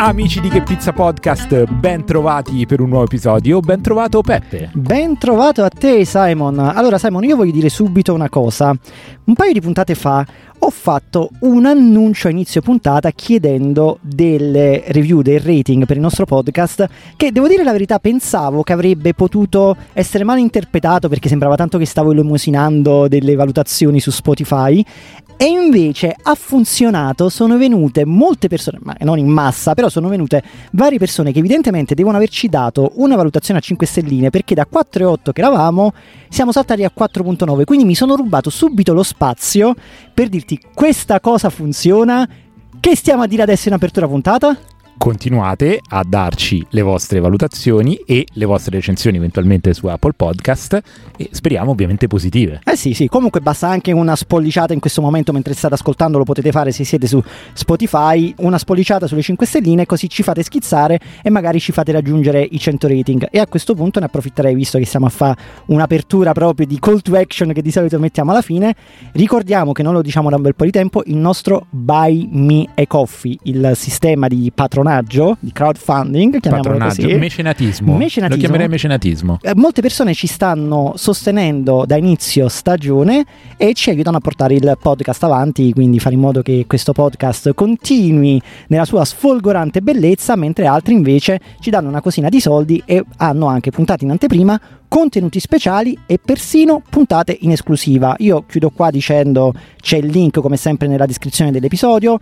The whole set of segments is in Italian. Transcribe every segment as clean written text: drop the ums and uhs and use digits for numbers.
Amici di Che Pizza Podcast, ben trovati per un nuovo episodio. Ben trovato Peppe. Ben trovato a te Simon. Allora Simon, io voglio dire subito una cosa. Un paio di puntate fa ho fatto un annuncio a inizio puntata chiedendo delle review, del rating per il nostro podcast, che devo dire la verità pensavo che avrebbe potuto essere mal interpretato, perché sembrava tanto che stavo elemosinando delle valutazioni su Spotify. E invece ha funzionato, sono venute molte persone, ma non in massa, però sono venute varie persone che evidentemente devono averci dato una valutazione a 5 stelline, perché da 4,8 che eravamo siamo saltati a 4,9, quindi mi sono rubato subito lo spazio per dirti questa cosa funziona. Che stiamo a dire adesso in apertura puntata? Continuate a darci le vostre valutazioni e le vostre recensioni eventualmente su Apple Podcast, e speriamo ovviamente positive. Sì, comunque basta anche una spolliciata in questo momento mentre state ascoltando, lo potete fare se siete su Spotify, una spolliciata sulle 5 stelline, così ci fate schizzare e magari ci fate raggiungere i 100 rating. E a questo punto ne approfitterei, visto che stiamo a fare un'apertura proprio di call to action che di solito mettiamo alla fine. Ricordiamo, che non lo diciamo da un bel po' di tempo, il nostro Buy Me a Coffee, il sistema di patronaggio, di crowdfunding, chiamiamolo così. Mecenatismo. Lo chiamerei mecenatismo. Molte persone ci stanno sostenendo da inizio stagione e ci aiutano a portare il podcast avanti, quindi fare in modo che questo podcast continui nella sua sfolgorante bellezza, mentre altri invece ci danno una cosina di soldi e hanno anche puntate in anteprima, contenuti speciali e persino puntate in esclusiva. Io chiudo qua dicendo c'è il link come sempre nella descrizione dell'episodio,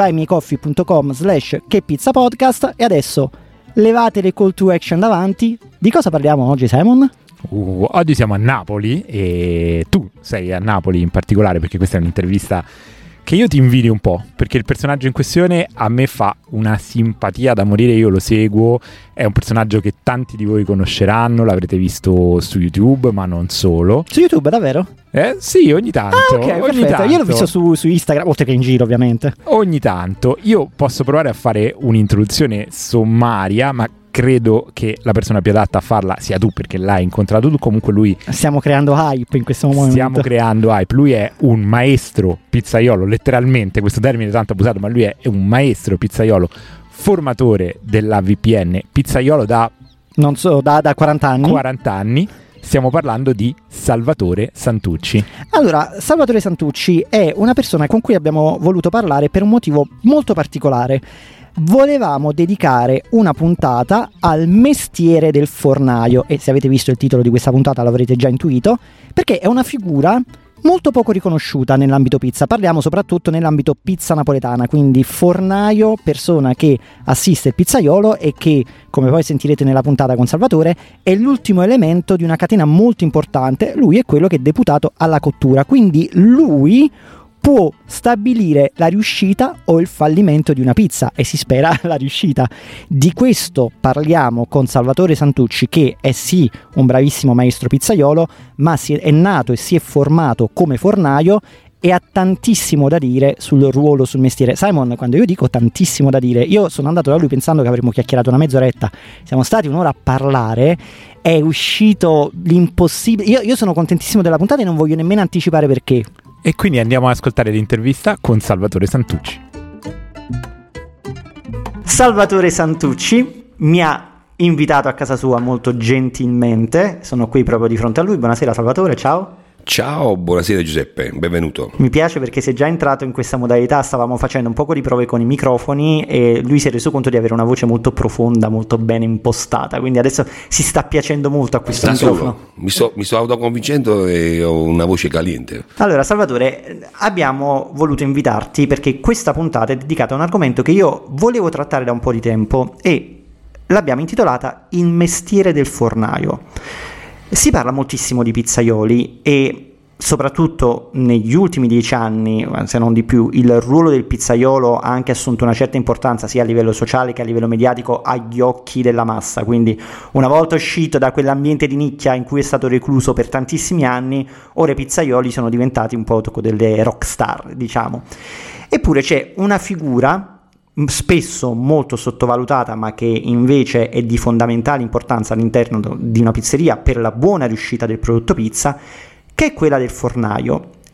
buymeacoffee.com/chepizzapodcast. E adesso levate le call to action davanti. Di cosa parliamo oggi, Simon? Oggi siamo a Napoli e tu sei a Napoli in particolare, perché questa è un'intervista che io ti invidio un po', perché il personaggio in questione a me fa una simpatia da morire. Io lo seguo, è un personaggio che tanti di voi conosceranno, l'avrete visto su YouTube, ma non solo. Su YouTube, davvero? Sì, ogni tanto. Ok, perfetto. Tanto. Io l'ho visto su Instagram, oltre che in giro ovviamente. Ogni tanto. Io posso provare a fare un'introduzione sommaria, ma credo che la persona più adatta a farla sia tu, perché l'hai incontrato tu. Comunque lui... Stiamo creando hype in questo momento. Stiamo creando hype. Lui è un maestro pizzaiolo, letteralmente, questo termine è tanto abusato, ma lui è un maestro pizzaiolo, formatore della VPN, pizzaiolo da 40 anni. 40 anni. Stiamo parlando di Salvatore Santucci. Allora, Salvatore Santucci è una persona con cui abbiamo voluto parlare per un motivo molto particolare. Volevamo dedicare una puntata al mestiere del fornaio, e se avete visto il titolo di questa puntata l'avrete già intuito, perché è una figura molto poco riconosciuta nell'ambito pizza. Parliamo soprattutto nell'ambito pizza napoletana, quindi fornaio, persona che assiste il pizzaiolo e che, come poi sentirete nella puntata con Salvatore, è l'ultimo elemento di una catena molto importante. Lui è quello che è deputato alla cottura, quindi lui può stabilire la riuscita o il fallimento di una pizza, e si spera la riuscita. Di questo parliamo con Salvatore Santucci, che è sì un bravissimo maestro pizzaiolo, ma è nato e si è formato come fornaio e ha tantissimo da dire sul ruolo, sul mestiere. Simon, quando io dico tantissimo da dire, io sono andato da lui pensando che avremmo chiacchierato una mezz'oretta, siamo stati un'ora a parlare, è uscito l'impossibile. Io sono contentissimo della puntata e non voglio nemmeno anticipare perché. E quindi andiamo ad ascoltare l'intervista con Salvatore Santucci. Salvatore Santucci mi ha invitato a casa sua molto gentilmente, sono qui proprio di fronte a lui. Buonasera Salvatore, ciao. Ciao, buonasera Giuseppe, benvenuto. Mi piace perché sei già entrato in questa modalità, stavamo facendo un poco di prove con i microfoni e lui si è reso conto di avere una voce molto profonda, molto ben impostata, quindi adesso si sta piacendo molto a questo microfono. Mi sto autoconvincendo e ho una voce caliente. Allora Salvatore, abbiamo voluto invitarti perché questa puntata è dedicata a un argomento che io volevo trattare da un po' di tempo e l'abbiamo intitolata Il mestiere del fornaio. Si parla moltissimo di pizzaioli e soprattutto negli ultimi 10 anni, se non di più, il ruolo del pizzaiolo ha anche assunto una certa importanza sia a livello sociale che a livello mediatico agli occhi della massa. Quindi una volta uscito da quell'ambiente di nicchia in cui è stato recluso per tantissimi anni, ora i pizzaioli sono diventati un po' delle rockstar, diciamo. Eppure c'è una figura spesso molto sottovalutata, ma che invece è di fondamentale importanza all'interno di una pizzeria per la buona riuscita del prodotto pizza, che è quella del fornaio. E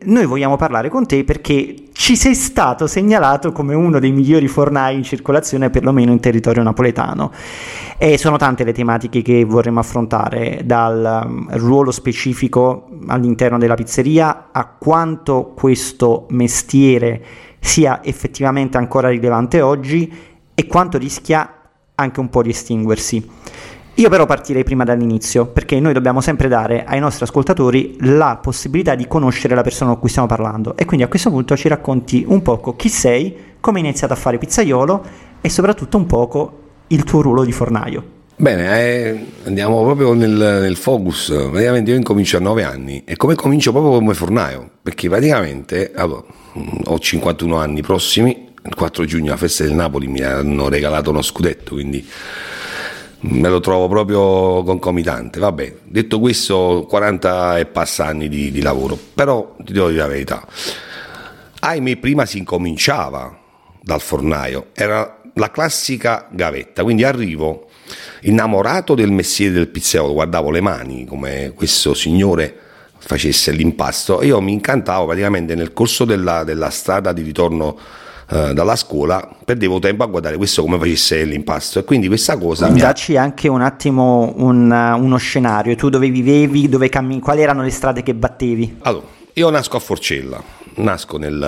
noi vogliamo parlare con te perché ci sei stato segnalato come uno dei migliori fornai in circolazione, perlomeno in territorio napoletano. E sono tante le tematiche che vorremmo affrontare, dal ruolo specifico all'interno della pizzeria a quanto questo mestiere sia effettivamente ancora rilevante oggi e quanto rischia anche un po' di estinguersi. Io però partirei prima dall'inizio, perché noi dobbiamo sempre dare ai nostri ascoltatori la possibilità di conoscere la persona con cui stiamo parlando, e quindi a questo punto ci racconti un poco chi sei, come hai iniziato a fare pizzaiolo e soprattutto un poco il tuo ruolo di fornaio. Bene, andiamo proprio nel focus. Praticamente io incomincio a 9 anni e come comincio proprio come fornaio, perché praticamente ho 51 anni prossimi, il 4 giugno alla festa del Napoli mi hanno regalato uno scudetto, quindi me lo trovo proprio concomitante. Vabbè, detto questo, 40 e passa anni di lavoro, però ti devo dire la verità, ahimè prima si incominciava dal fornaio, era la classica gavetta, quindi arrivo innamorato del mestiere del pizzaiolo, guardavo le mani come questo signore facesse l'impasto, io mi incantavo praticamente nel corso della strada di ritorno dalla scuola, perdevo tempo a guardare questo come facesse l'impasto, e quindi questa cosa dacci anche un attimo uno scenario. Tu dove vivevi, dove cammini, quali erano le strade che battevi? Allora, io nasco a Forcella, nasco nel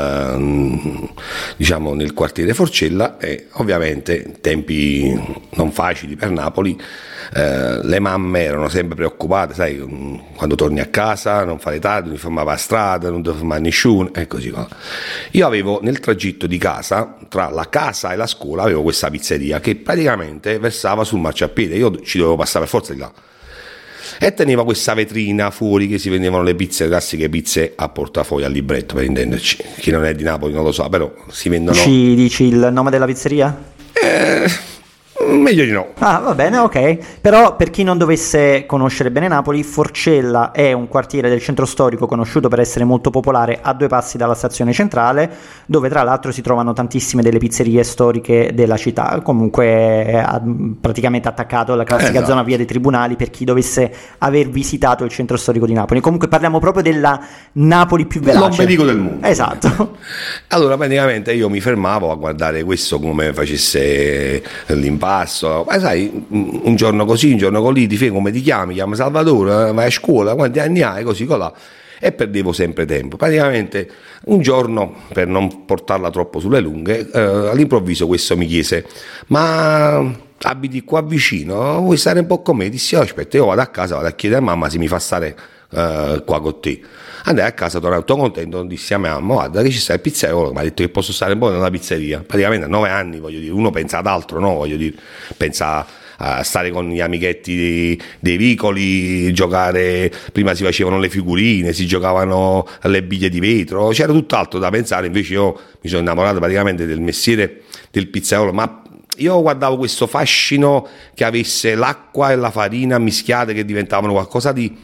quartiere Forcella, e ovviamente tempi non facili per Napoli. Le mamme erano sempre preoccupate, sai, quando torni a casa non fare tardi, non ti fermava a strada, non ti fermava nessuno e così va. Io avevo nel tragitto di casa, tra la casa e la scuola, avevo questa pizzeria che praticamente versava sul marciapiede, io ci dovevo passare per forza di là, e teneva questa vetrina fuori che si vendevano le pizze, le classiche pizze a portafoglio, al libretto, per intenderci. Chi non è di Napoli non lo sa, però si vendono. Ci dici il nome della pizzeria? Meglio di no. Ah, va bene, ok. Però per chi non dovesse conoscere bene Napoli, Forcella è un quartiere del centro storico conosciuto per essere molto popolare, a 2 passi dalla stazione centrale, dove tra l'altro si trovano tantissime delle pizzerie storiche della città. Comunque è praticamente attaccato alla classica zona via dei Tribunali, per chi dovesse aver visitato il centro storico di Napoli. Comunque parliamo proprio della Napoli più veloce, l'ombelico del mondo. Esatto. Allora praticamente io mi fermavo a guardare questo come facesse l'impasto. Ma sai, un giorno così, un giorno così, ti fai come ti chiami Salvatore, vai a scuola, quanti anni hai, così colà, e perdevo sempre tempo. Praticamente un giorno, per non portarla troppo sulle lunghe, all'improvviso questo mi chiese: ma abiti qua vicino, vuoi stare un po' con me? Dissi: aspetta, io vado a casa, vado a chiedere a mamma se mi fa stare qua con te. Andai a casa, tornai tutto contento, dissi a mia mamma: guarda che ci sta il pizzaiolo, mi ha detto che posso stare un po' nella pizzeria. Praticamente a 9 anni, voglio dire, uno pensa ad altro, no? Voglio dire, pensa a stare con gli amichetti dei vicoli, giocare, prima si facevano le figurine, si giocavano alle biglie di vetro, c'era tutt'altro da pensare. Invece io mi sono innamorato praticamente del mestiere del pizzaiolo, ma io guardavo questo fascino che avesse l'acqua e la farina mischiate, che diventavano qualcosa di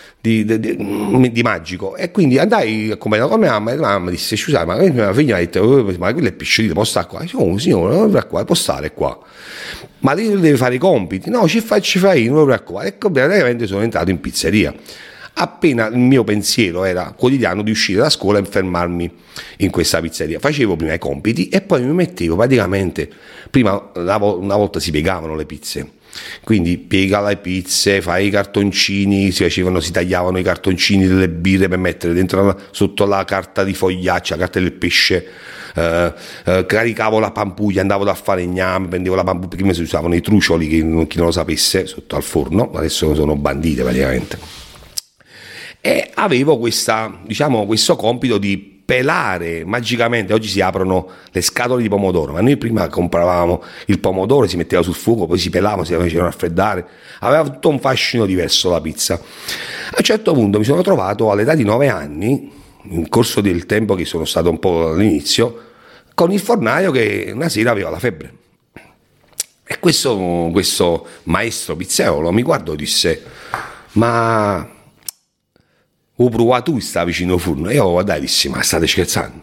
magico, e quindi andai accompagnato con mia mamma, e la mamma disse: scusa, ma mia figlia ha detto: ma quello è pisciolino, può stare qua? Dice: oh signore, non qua, può stare qua, ma devi fare i compiti? No, ci fai, non mi preoccupare. Ecco, praticamente sono entrato in pizzeria. Appena il mio pensiero era quotidiano di uscire da scuola e fermarmi in questa pizzeria, facevo prima i compiti e poi mi mettevo praticamente, prima una volta si piegavano le pizze, quindi piega le pizze, fai i cartoncini, si tagliavano i cartoncini delle birre per mettere dentro sotto la carta di fogliaccia, la carta del pesce, caricavo la pampuglia, andavo da falegname, prendevo la pampuglia, prima si usavano i trucioli, chi non lo sapesse, sotto al forno, adesso sono bandite praticamente. E avevo questo compito di pelare magicamente. Oggi si aprono le scatole di pomodoro, ma noi prima compravamo il pomodoro, si metteva sul fuoco, poi si pelava, si facevano raffreddare, aveva tutto un fascino diverso la pizza. A un certo punto mi sono trovato all'età di 9 anni, nel corso del tempo che sono stato un po' all'inizio, con il fornaio che una sera aveva la febbre. E questo maestro pizzaiolo mi guardò e disse: ma ho provato tu, sta vicino al forno? E io guardai e dissi: ma state scherzando?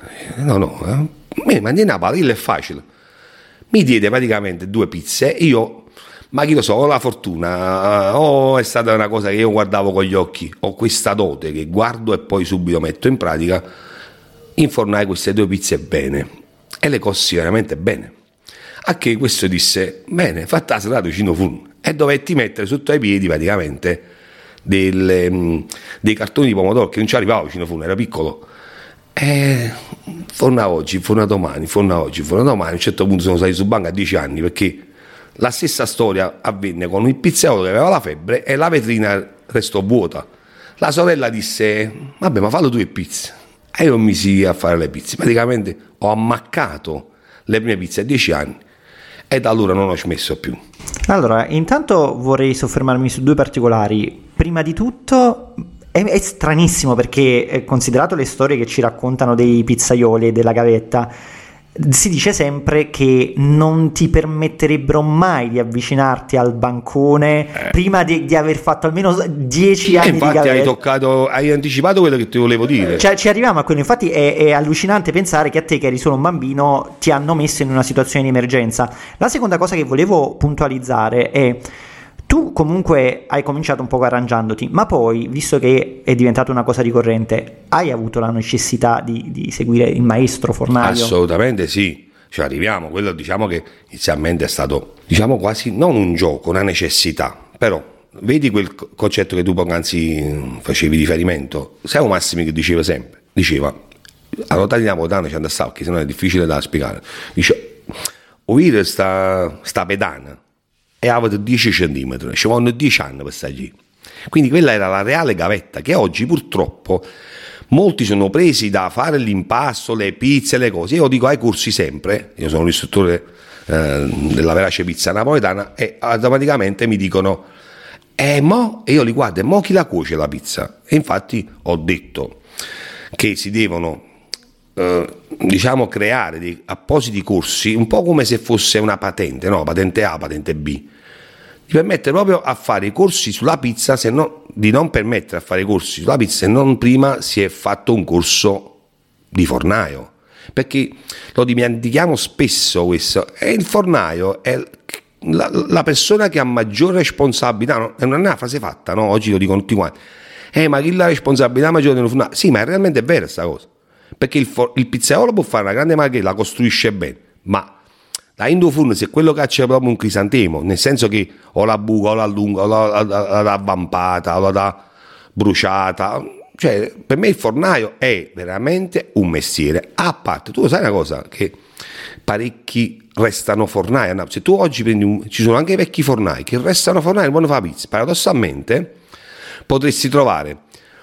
Ma andiamo a Napoli, è facile. Mi diede praticamente 2 pizze, io Ma chi lo so, o la fortuna, o è stata una cosa che io guardavo con gli occhi, ho questa dote che guardo e poi subito metto in pratica, infornai queste 2 pizze bene e le cossi veramente bene. A che questo disse, bene, fatta la serata vicino forno, e dovetti mettere sotto ai piedi praticamente dei cartoni di pomodoro che non ci arrivava vicino forno, era piccolo. Forna oggi, forna domani, forna oggi, forna domani. A un certo punto sono salito su banca a 10 anni, perché la stessa storia avvenne con il pizzaiolo che aveva la febbre e la vetrina restò vuota. La sorella disse, vabbè, ma fallo tu le pizze. E io mi misi a fare le pizze. Praticamente ho ammaccato le prime pizze a 10 anni e da allora non ho smesso più. Allora, intanto vorrei soffermarmi su 2 particolari. Prima di tutto è stranissimo, perché considerato le storie che ci raccontano dei pizzaioli e della gavetta, si dice sempre che non ti permetterebbero mai di avvicinarti al bancone prima di aver fatto almeno 10 anni di gavetta. Infatti hai anticipato quello che ti volevo dire. Cioè, ci arriviamo a quello. Infatti è allucinante pensare che a te, che eri solo un bambino, ti hanno messo in una situazione di emergenza. La seconda cosa che volevo puntualizzare è: tu comunque hai cominciato un po' arrangiandoti, ma poi, visto che è diventata una cosa ricorrente, hai avuto la necessità di seguire il maestro fornaio? Assolutamente sì, ci arriviamo. Quello, diciamo, che inizialmente è stato, diciamo, quasi non un gioco, una necessità. Però vedi quel concetto che tu poc'anzi facevi riferimento. Sai Massimo che diceva sempre? Diceva, allora tagliamo tanto ci andava, perché sennò è difficile da spiegare. Dice, ovvire sta pedana e aveva 10 centimetri, ci vogliono 10 anni per stare lì. Quindi quella era la reale gavetta, che oggi purtroppo molti sono presi da fare l'impasto, le pizze, le cose. Io dico ai corsi sempre, io sono l'istruttore della verace pizza napoletana, e automaticamente mi dicono mo? E io li guardo, mo chi la cuoce la pizza? E infatti ho detto che si devono diciamo creare dei appositi corsi, un po' come se fosse una patente, no? Patente A, patente B, ti permette proprio a fare i corsi sulla pizza, se no, di non permettere a fare i corsi sulla pizza se non prima si è fatto un corso di fornaio, perché lo dimentichiamo spesso questo, e il fornaio è la persona che ha maggior responsabilità, no? Non è una frase fatta, no? Oggi lo dicono tutti quanti, ma chi ha la responsabilità maggiore del fornaio? Sì, ma è realmente vera questa cosa, perché il pizzaiolo può fare una grande margherita, la costruisce bene, ma la Indofurno, se quello caccia proprio un crisantemo, nel senso che o la buca o la lunga o la avvampata o la da bruciata, cioè per me il fornaio è veramente un mestiere a parte. Tu sai una cosa, che parecchi restano fornai, se tu oggi prendi ci sono anche vecchi fornai che restano fornai e vanno a fare pizza. Paradossalmente potresti trovare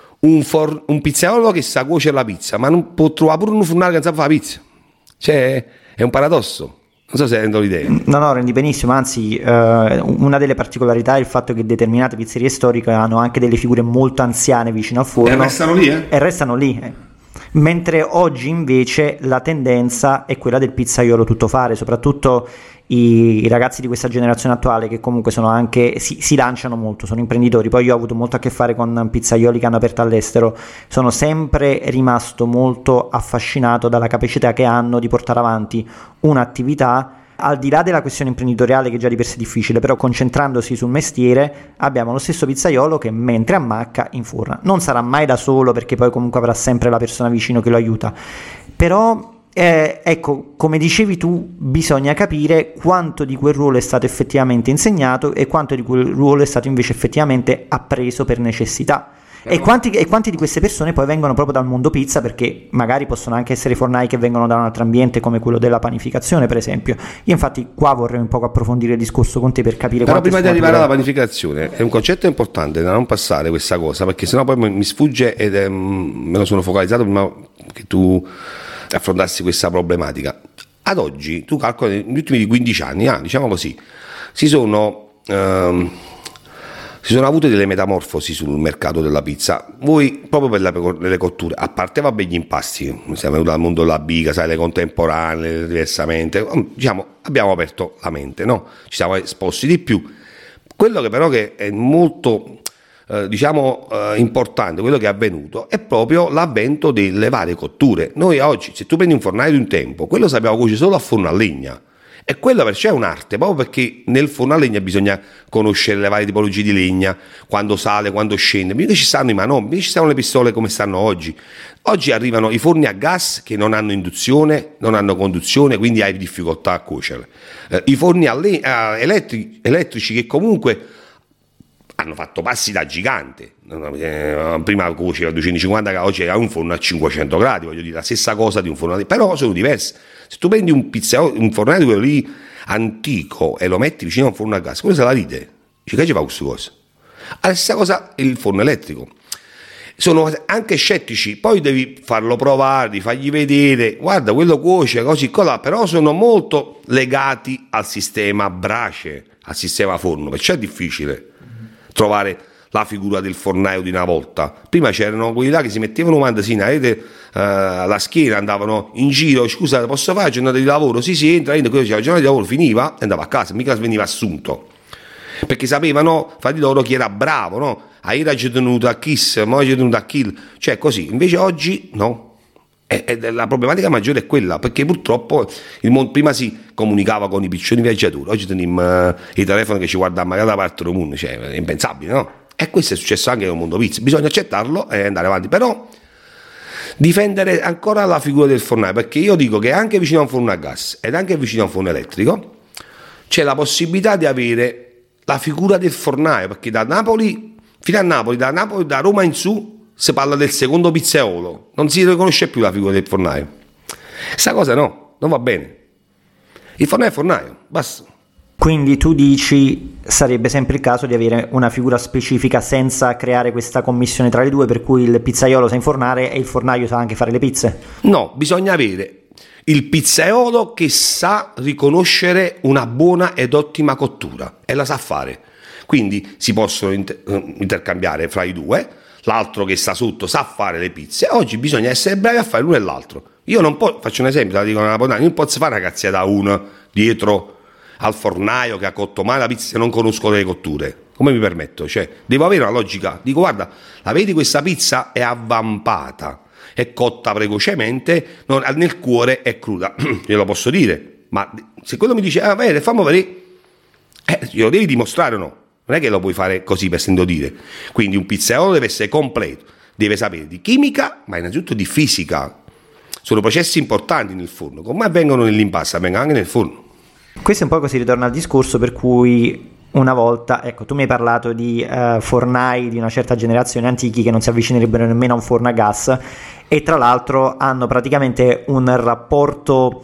un pizzaiolo che sa cuocere la pizza, ma non può trovare pure un fornaio che sa fare la pizza. Cioè è un paradosso. Non so se rendo l'idea. No, rendi benissimo, anzi una delle particolarità è il fatto che determinate pizzerie storiche hanno anche delle figure molto anziane vicino al forno. E restano lì, E restano lì. Mentre oggi invece la tendenza è quella del pizzaiolo tuttofare, soprattutto i ragazzi di questa generazione attuale, che comunque sono anche si lanciano molto, sono imprenditori. Poi io ho avuto molto a che fare con pizzaioli che hanno aperto all'estero, sono sempre rimasto molto affascinato dalla capacità che hanno di portare avanti un'attività, al di là della questione imprenditoriale, che già di per sé è difficile, però concentrandosi sul mestiere abbiamo lo stesso pizzaiolo che mentre ammacca inforna. Non sarà mai da solo, perché poi comunque avrà sempre la persona vicino che lo aiuta, però ecco, come dicevi tu, bisogna capire quanto di quel ruolo è stato effettivamente insegnato e quanto di quel ruolo è stato invece effettivamente appreso per necessità. E quanti di queste persone poi vengono proprio dal mondo pizza, perché magari possono anche essere fornai che vengono da un altro ambiente, come quello della panificazione per esempio. Io infatti qua vorrei un po' approfondire il discorso con te per capire. Però prima di arrivare alla panificazione è un concetto importante da non passare questa cosa, perché sennò poi mi sfugge ed me lo sono focalizzato prima che tu affrontassi questa problematica. Ad oggi tu calcoli negli ultimi 15 anni, diciamo così, si sono avute delle metamorfosi sul mercato della pizza. Voi proprio per le cotture, a parte vabbè gli impasti, siamo venuti dal mondo della biga, sai, le contemporanee diversamente, diciamo abbiamo aperto la mente, no? Ci siamo esposti di più. Quello che però che è molto importante, quello che è avvenuto è proprio l'avvento delle varie cotture. Noi oggi, se tu prendi un fornaio di un tempo, quello sapeva cuocere solo a forno a legna, E quella perciò è un'arte, proprio perché nel forno a legna bisogna conoscere le varie tipologie di legna, quando sale, quando scende. Mica ci stanno i manometri, mica ci stanno le pistole come stanno oggi. Oggi arrivano i forni a gas che non hanno induzione, non hanno conduzione, quindi hai difficoltà a cuocere. I forni elettrici che comunque hanno fatto passi da gigante. Prima cuoceva a 250 gradi, oggi è un forno a 500 gradi, voglio dire, la stessa cosa di un forno, però sono diverse. Se tu prendi un fornaio di quello lì antico e lo metti vicino a un forno a gas, come se la ride? Dice, che ci fa questa cosa? La stessa cosa il forno elettrico. Sono anche scettici, poi devi farlo provare, devi fargli vedere, guarda, quello cuoce, così colà, però sono molto legati al sistema brace, al sistema forno, perciò è difficile trovare la figura del fornaio di una volta. Prima c'erano quelli là che si mettevano un mandasino alla schiena, andavano in giro, scusate, posso fare giornata di lavoro? Sì, entra, quello diceva, la giornata di lavoro finiva e andava a casa, mica veniva assunto, perché sapevano fra di loro chi era bravo, no? A Ira c'è tenuto a Kiss, poi c'è tenuto a Kill, cioè così. Invece oggi no, la problematica maggiore è quella, perché purtroppo prima si comunicava con i piccioni viaggiatori, oggi teniamo i telefoni che ci guardano magari da parte del mondo, cioè è impensabile, no? E questo è successo anche nel mondo pizza, bisogna accettarlo e andare avanti, però difendere ancora la figura del fornaio, perché io dico che anche vicino a un forno a gas ed anche vicino a un forno elettrico c'è la possibilità di avere la figura del fornaio, perché da Napoli fino a Napoli, da Roma in su si parla del secondo pizzaiolo, non si riconosce più la figura del fornaio. Questa cosa no, non va bene. Il fornaio è fornaio, basta. Quindi tu dici sarebbe sempre il caso di avere una figura specifica senza creare questa commissione tra le due, per cui il pizzaiolo sa infornare e il fornaio sa anche fare le pizze? No, bisogna avere il pizzaiolo che sa riconoscere una buona ed ottima cottura e la sa fare. Quindi si possono intercambiare fra i due, l'altro che sta sotto sa fare le pizze. Oggi bisogna essere bravi a fare l'uno e l'altro. Io non posso, faccio un esempio, la dico una napoletana, non posso fare una cazzata uno dietro al fornaio che ha cotto male la pizza se non conosco le cotture. Come mi permetto? Cioè, devo avere una logica. Dico, guarda, la vedi questa pizza è avvampata, è cotta precocemente, nel cuore è cruda. Glielo posso dire, ma se quello mi dice, vedi, fammi vedere, glielo devi dimostrare o no? Non è che lo puoi fare così per sentito dire. Quindi un pizzaiolo deve essere completo, deve sapere di chimica, ma innanzitutto di fisica. Sono processi importanti nel forno, come avvengono nell'impasto, avvengono anche nel forno. Questo è un po' così, ritorna al discorso per cui una volta, ecco, tu mi hai parlato di fornai di una certa generazione antichi che non si avvicinerebbero nemmeno a un forno a gas e tra l'altro hanno praticamente un rapporto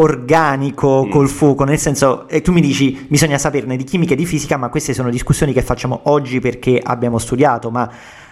organico col fuoco, nel senso, e tu mi dici bisogna saperne di chimica e di fisica, ma queste sono discussioni che facciamo oggi perché abbiamo studiato, ma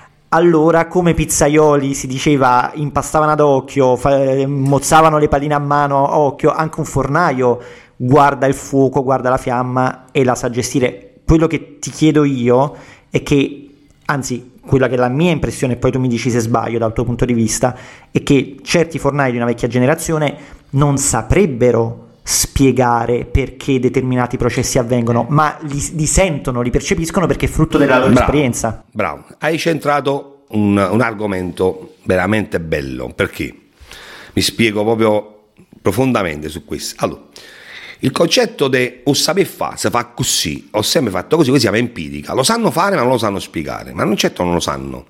allora come pizzaioli si diceva impastavano ad occhio, mozzavano le palline a mano a occhio, anche un fornaio guarda il fuoco, guarda la fiamma e la sa gestire. Quello che ti chiedo io è che, anzi, quella che è la mia impressione, e poi tu mi dici se sbaglio dal tuo punto di vista, è che certi fornai di una vecchia generazione non saprebbero spiegare perché determinati processi avvengono, ma li sentono, li percepiscono perché è frutto della loro esperienza. Bravo, hai centrato un argomento veramente bello, perché mi spiego proprio profondamente su questo. Allora, il concetto di o saper fare, se fa così, ho sempre fatto così, così è empirica, lo sanno fare ma non lo sanno spiegare, ma non certo non lo sanno.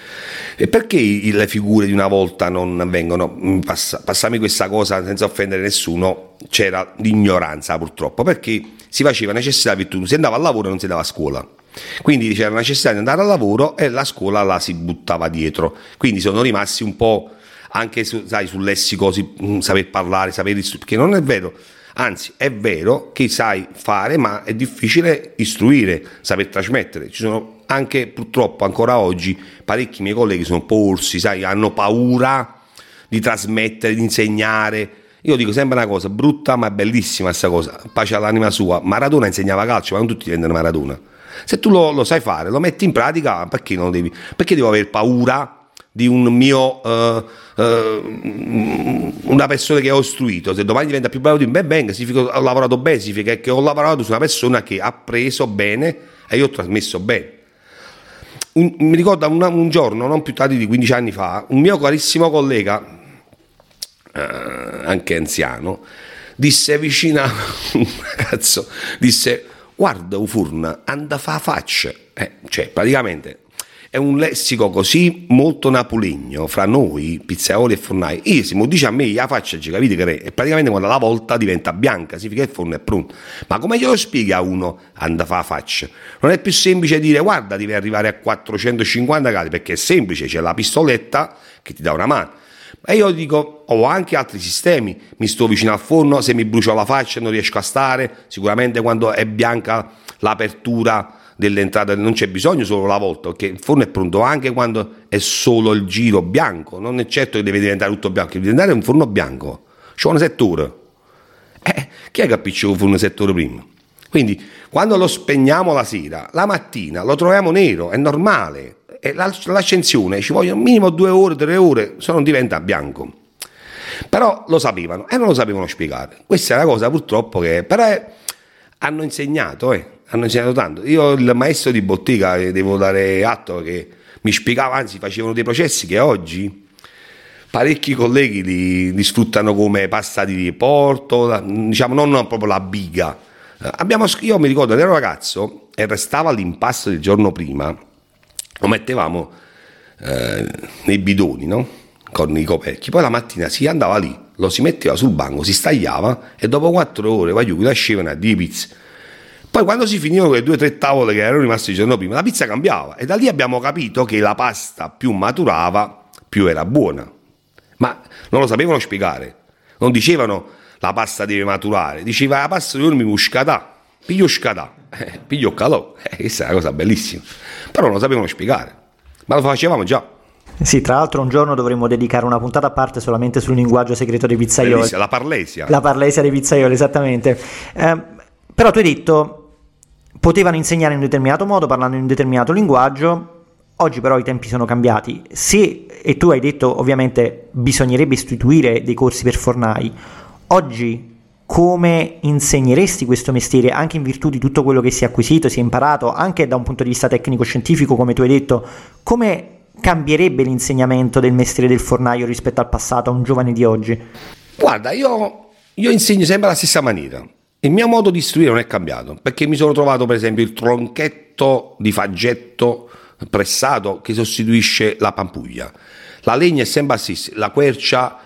E perché le figure di una volta non vengono, passami questa cosa senza offendere nessuno, c'era l'ignoranza purtroppo, perché si faceva necessità virtù, si andava al lavoro e non si andava a scuola, quindi c'era la necessità di andare al lavoro e la scuola la si buttava dietro, quindi sono rimasti un po' anche sul lessico, saper parlare, perché non è vero. Anzi, è vero che sai fare, ma è difficile istruire, saper trasmettere. Ci sono anche, purtroppo, ancora oggi, parecchi miei colleghi sono un po' orsi, hanno paura di trasmettere, di insegnare. Io dico sempre una cosa, brutta ma bellissima questa cosa, pace all'anima sua. Maradona insegnava calcio, ma non tutti diventano Maradona. Se tu lo sai fare, lo metti in pratica, perché non devi? Perché devo avere paura di un mio una persona che ho istruito? Se domani diventa più bravo di me, ben, significa che ho lavorato bene, significa che ho lavorato su una persona che ha preso bene e io ho trasmesso bene. Mi ricordo un giorno, non più tardi di 15 anni fa, un mio carissimo collega, anche anziano, disse vicino a un ragazzo, disse guarda un furna, anda fa faccia, cioè praticamente è un lessico così molto napolegno fra noi pizzaioli e fornai. Io se mi dice a me la faccia ci capite che è, e praticamente quando la volta diventa bianca significa che il forno è pronto. Ma come glielo spieghi a uno anda fa faccia? Non è più semplice dire guarda devi arrivare a 450 gradi, perché è semplice, c'è la pistoletta che ti dà una mano. Ma io dico ho anche altri sistemi, mi sto vicino al forno, se mi brucio la faccia non riesco a stare, sicuramente quando è bianca l'apertura dell'entrata non c'è bisogno solo la volta, perché il forno è pronto anche quando è solo il giro bianco, non è certo che deve diventare tutto bianco, deve diventare un forno bianco, ci vuole 7 ore. Chi è che appiccica il forno 7 ore prima? Quindi quando lo spegniamo la sera, la mattina lo troviamo nero, è normale, e l'accensione ci vogliono minimo 2 ore, 3 ore, se non diventa bianco. Però lo sapevano e non lo sapevano spiegare. Questa è una cosa purtroppo che però hanno insegnato tanto. Io il maestro di bottega devo dare atto che mi spiegava, anzi facevano dei processi che oggi parecchi colleghi li sfruttano come pasta di riporto, diciamo non proprio la biga. Io mi ricordo che ero ragazzo e restava l'impasto del giorno prima, lo mettevamo nei bidoni, no? Con i coperchi, poi la mattina si andava lì, lo si metteva sul banco, si stagliava e dopo 4 ore lasciavano a 10 pizze. Poi quando si finivano quelle 2 o 3 tavole che erano rimaste il giorno prima, la pizza cambiava e da lì abbiamo capito che la pasta più maturava più era buona. Ma non lo sapevano spiegare, non dicevano la pasta deve maturare, diceva la pasta di ormi muscatà, piglio scatà, piglio calò, questa è una cosa bellissima, però non lo sapevano spiegare, ma lo facevamo già. Sì, tra l'altro un giorno dovremmo dedicare una puntata a parte solamente sul linguaggio segreto dei pizzaioli. Bellissima, la parlesia. La parlesia dei pizzaioli, esattamente. Però tu hai detto, potevano insegnare in un determinato modo, parlando in un determinato linguaggio, oggi però i tempi sono cambiati. E tu hai detto, ovviamente, bisognerebbe istituire dei corsi per fornai. Oggi, come insegneresti questo mestiere, anche in virtù di tutto quello che si è acquisito, si è imparato, anche da un punto di vista tecnico-scientifico, come tu hai detto, come cambierebbe l'insegnamento del mestiere del fornaio rispetto al passato, a un giovane di oggi? Guarda, io insegno sempre alla stessa maniera. Il mio modo di istruire non è cambiato, perché mi sono trovato per esempio il tronchetto di faggetto pressato che sostituisce la pampuglia. La legna è sempre la stessa, la quercia,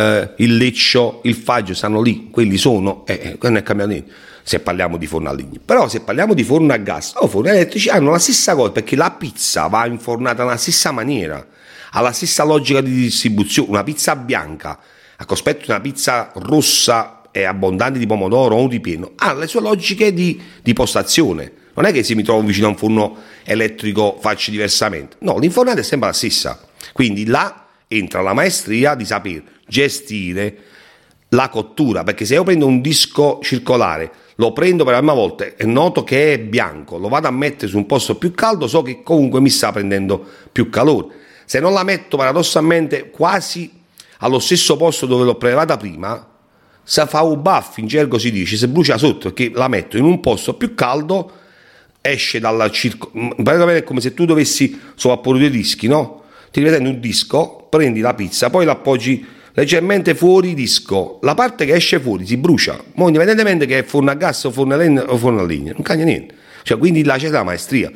il leccio, il faggio stanno lì, quelli sono, non è cambiato niente. Se parliamo di forno a legna, però se parliamo di forno a gas o forni elettrici hanno la stessa cosa, perché la pizza va infornata nella stessa maniera, ha la stessa logica di distribuzione. Una pizza bianca a cospetto di una pizza rossa e abbondante di pomodoro o di pieno ha le sue logiche di postazione. Non è che se mi trovo vicino a un forno elettrico faccio diversamente, no, l'infornata è sempre la stessa. Quindi là entra la maestria di saper gestire la cottura, perché se io prendo un disco circolare, lo prendo per la prima volta e noto che è bianco, lo vado a mettere su un posto più caldo, so che comunque mi sta prendendo più calore. Se non la metto paradossalmente quasi allo stesso posto dove l'ho prelevata prima, se fa un buff, in gergo si dice, se brucia sotto, perché la metto in un posto più caldo, esce dalla praticamente è come se tu dovessi sovrapporre 2 dischi, no? Ti riprendi un disco, prendi la pizza, poi l'appoggi leggermente fuori disco, la parte che esce fuori si brucia, ma indipendentemente che è forno a gas o forno a legna, non cambia niente. Cioè, quindi là c'è la maestria.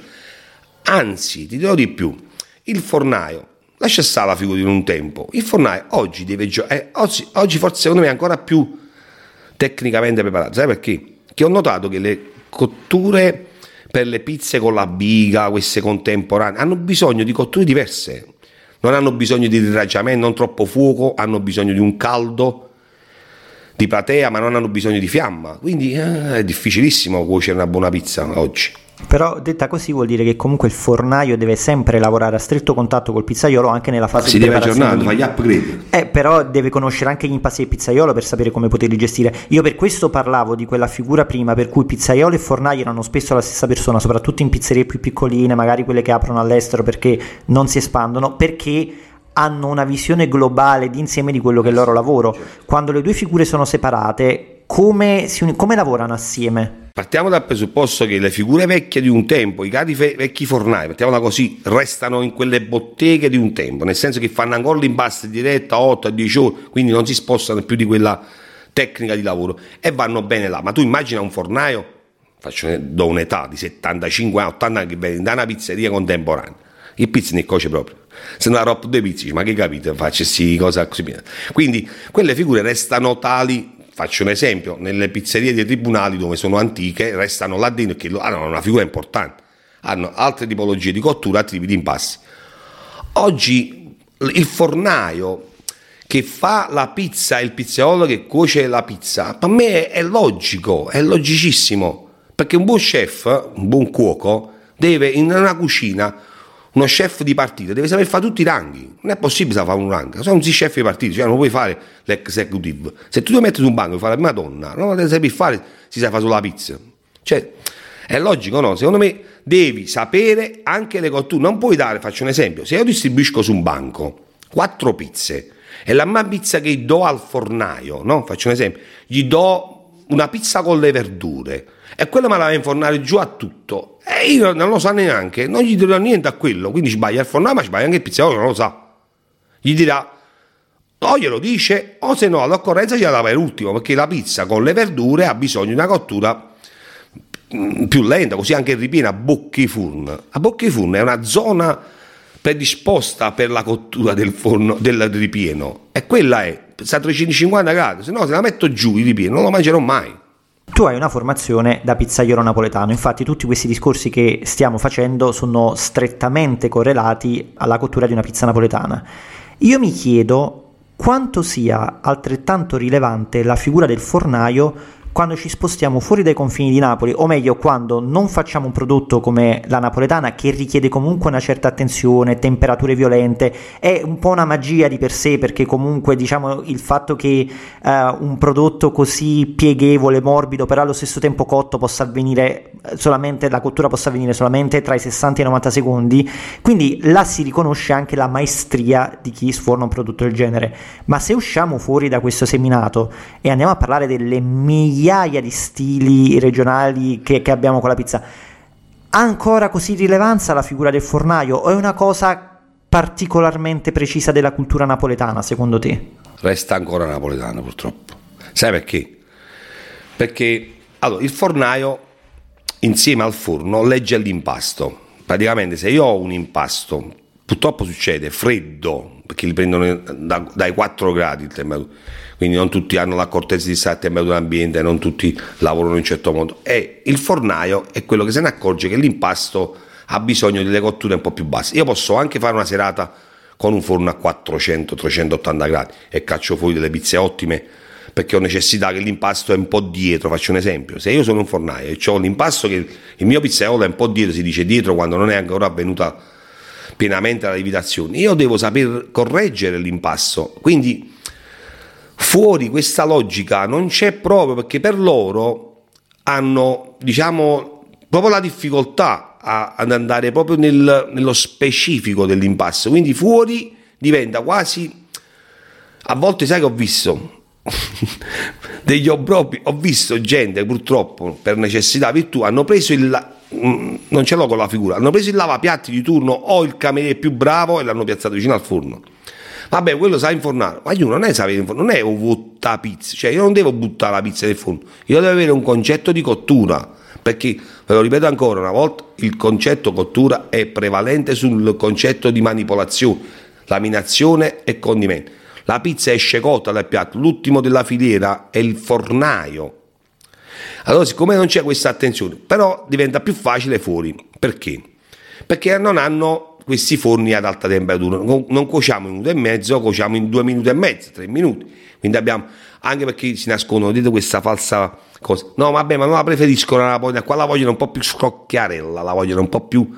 Anzi, ti dirò di più, il fornaio, lascia stare la figura di un tempo, il fornaio oggi deve oggi forse secondo me è ancora più tecnicamente preparato. Sai perché? Che ho notato che le cotture per le pizze con la biga, queste contemporanee, hanno bisogno di cotture diverse. Non hanno bisogno di irraggiamento, non troppo fuoco, hanno bisogno di un caldo di platea, ma non hanno bisogno di fiamma. Quindi è difficilissimo cuocere una buona pizza oggi. Però detta così vuol dire che comunque il fornaio deve sempre lavorare a stretto contatto col pizzaiolo anche nella fase di preparazione. Si deve aggiornare, fa gli upgrade. Però deve conoscere anche gli impasti del pizzaiolo per sapere come poterli gestire. Io per questo parlavo di quella figura prima per cui pizzaiolo e fornaio erano spesso la stessa persona, soprattutto in pizzerie più piccoline, magari quelle che aprono all'estero perché non si espandono, perché hanno una visione globale d'insieme di quello che è il loro lavoro. Quando le 2 figure sono separate, come lavorano assieme? Partiamo dal presupposto che le figure vecchie di un tempo, i cari vecchi fornai, mettiamola così, restano in quelle botteghe di un tempo, nel senso che fanno ancora l'impasto diretta a 8 a 10 ore, quindi non si spostano più di quella tecnica di lavoro e vanno bene là. Ma tu immagina un fornaio, do un'età di 75 anni, 80 anni, che viene da una pizzeria contemporanea, il pizza ne coce proprio, se non ha rotto dei pizzi, ma che capite, facessi cosa così. Quindi quelle figure restano tali. Faccio un esempio, nelle pizzerie dei tribunali dove sono antiche restano là dentro che hanno una figura importante, hanno altre tipologie di cottura, altri tipi di impasti. Oggi il fornaio che fa la pizza, il pizzaiolo che cuoce la pizza, per me è logico, è logicissimo, perché un buon chef, un buon cuoco deve in una cucina, uno chef di partita deve saper fare tutti i ranghi, non è possibile fare un rango, sono un chef di partita, cioè non puoi fare l'executive, se tu ti metti su un banco e fai la prima donna, non lo devi saper fare, si sa fare solo la pizza, cioè è logico, no? Secondo me devi sapere anche le cotture, non puoi dare, faccio un esempio, se io distribuisco su un banco 4 pizze e la mia pizza che do al fornaio, no? Faccio un esempio, gli do una pizza con le verdure e quello me la va a infornare giù a tutto e io non lo so neanche, non gli dirò niente a quello, quindi sbaglia il fornaio ma sbaglia anche il pizzaiolo, non lo sa, gli dirà o glielo dice o se no all'occorrenza gliela dà per ultimo, perché la pizza con le verdure ha bisogno di una cottura più lenta, così anche il ripieno a bocchi furno. A bocchi furno è una zona predisposta per la cottura del forno, del ripieno, e quella sta a 350 gradi, se no se la metto giù il ripieno non lo mangerò mai. Tu hai una formazione da pizzaiolo napoletano, infatti tutti questi discorsi che stiamo facendo sono strettamente correlati alla cottura di una pizza napoletana. Io mi chiedo quanto sia altrettanto rilevante la figura del fornaio quando ci spostiamo fuori dai confini di Napoli, o meglio quando non facciamo un prodotto come la napoletana che richiede comunque una certa attenzione, temperature violente, è un po' una magia di per sé, perché comunque diciamo il fatto che un prodotto così pieghevole, morbido, però allo stesso tempo cotto possa avvenire solamente, la cottura possa avvenire solamente tra i 60 e i 90 secondi, quindi là si riconosce anche la maestria di chi sforna un prodotto del genere. Ma se usciamo fuori da questo seminato e andiamo a parlare delle migliaia di stili regionali che abbiamo con la pizza, ha ancora così rilevanza la figura del fornaio o è una cosa particolarmente precisa della cultura napoletana secondo te? Resta ancora napoletana purtroppo. Sai perché? Perché allora, il fornaio insieme al forno legge l'impasto. Praticamente se io ho un impasto, purtroppo succede freddo, perché li prendono dai 4 gradi il temperatura, quindi non tutti hanno l'accortezza di stare a temperatura ambiente, non tutti lavorano in un certo modo, e il fornaio è quello che se ne accorge che l'impasto ha bisogno delle cotture un po' più basse. Io posso anche fare una serata con un forno a 400-380 gradi e caccio fuori delle pizze ottime, perché ho necessità che l'impasto è un po' dietro. Faccio un esempio, se io sono un fornaio e ho l'impasto che il mio pizzaiolo è un po' dietro, si dice dietro quando non è ancora avvenuta pienamente la lievitazione, io devo saper correggere l'impasto, quindi fuori questa logica non c'è proprio, perché per loro hanno, diciamo, proprio la difficoltà ad andare proprio nello specifico dell'impasto, quindi fuori diventa quasi, a volte sai che ho visto degli obbrobri, ho visto gente purtroppo per necessità virtù hanno preso non ce l'ho con la figura, hanno preso il lavapiatti di turno o il cameriere più bravo e l'hanno piazzato vicino al forno. Vabbè, quello sa infornare, ma io non è sapere infornare, non è buttare pizza, cioè io non devo buttare la pizza nel forno, io devo avere un concetto di cottura, perché, ve lo ripeto ancora una volta, il concetto cottura è prevalente sul concetto di manipolazione, laminazione e condimento. La pizza esce cotta dal piatto, l'ultimo della filiera è il fornaio. Allora, siccome non c'è questa attenzione, però diventa più facile fuori. Perché? Perché non hanno questi forni ad alta temperatura. Non cuociamo in 1 minuto e mezzo, cuociamo in 2 minuti e mezzo, 3 minuti. Quindi abbiamo, anche perché si nascondono dietro questa falsa cosa. No, vabbè, ma non la preferiscono la Napolina, qua la vogliono un po' più scrocchiarella, la vogliono un po' più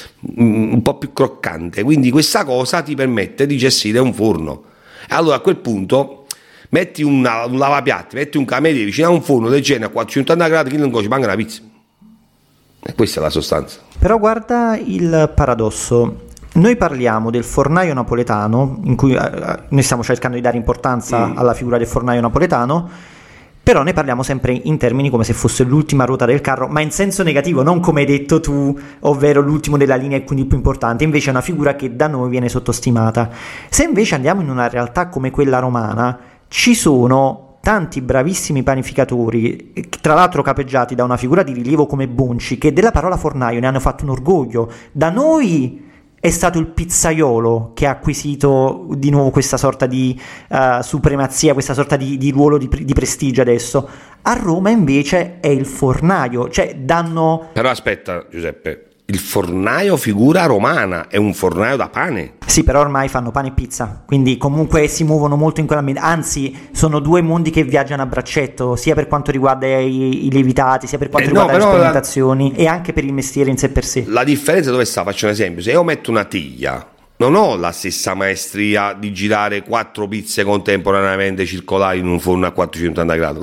croccante. Quindi questa cosa ti permette di gestire un forno. E allora a quel punto metti un lavapiatti, metti un cameriere vicino a un forno del genere a 480 gradi che non cuoce manca una pizza. E questa è la sostanza. Però guarda il paradosso. Noi parliamo del fornaio napoletano, in cui noi stiamo cercando di dare importanza alla figura del fornaio napoletano, però ne parliamo sempre in termini come se fosse l'ultima ruota del carro, ma in senso negativo, non come hai detto tu, ovvero l'ultimo della linea e quindi più importante. Invece è una figura che da noi viene sottostimata. Se invece andiamo in una realtà come quella romana, ci sono tanti bravissimi panificatori, tra l'altro capeggiati da una figura di rilievo come Bunci, che della parola fornaio ne hanno fatto un orgoglio. Da noi è stato il pizzaiolo che ha acquisito di nuovo questa sorta di supremazia, questa sorta di ruolo di prestigio adesso. A Roma invece è il fornaio, cioè danno... Però aspetta Giuseppe, il fornaio figura romana, è un fornaio da pane. Sì, però ormai fanno pane e pizza, quindi comunque si muovono molto in quell'ambiente, anzi sono due mondi che viaggiano a braccetto, sia per quanto riguarda i lievitati, sia per quanto riguarda le sperimentazioni e anche per il mestiere in sé per sé. La differenza dove sta? Faccio un esempio: se io metto una teglia, non ho la stessa maestria di girare 4 pizze contemporaneamente circolari in un forno a 480 gradi.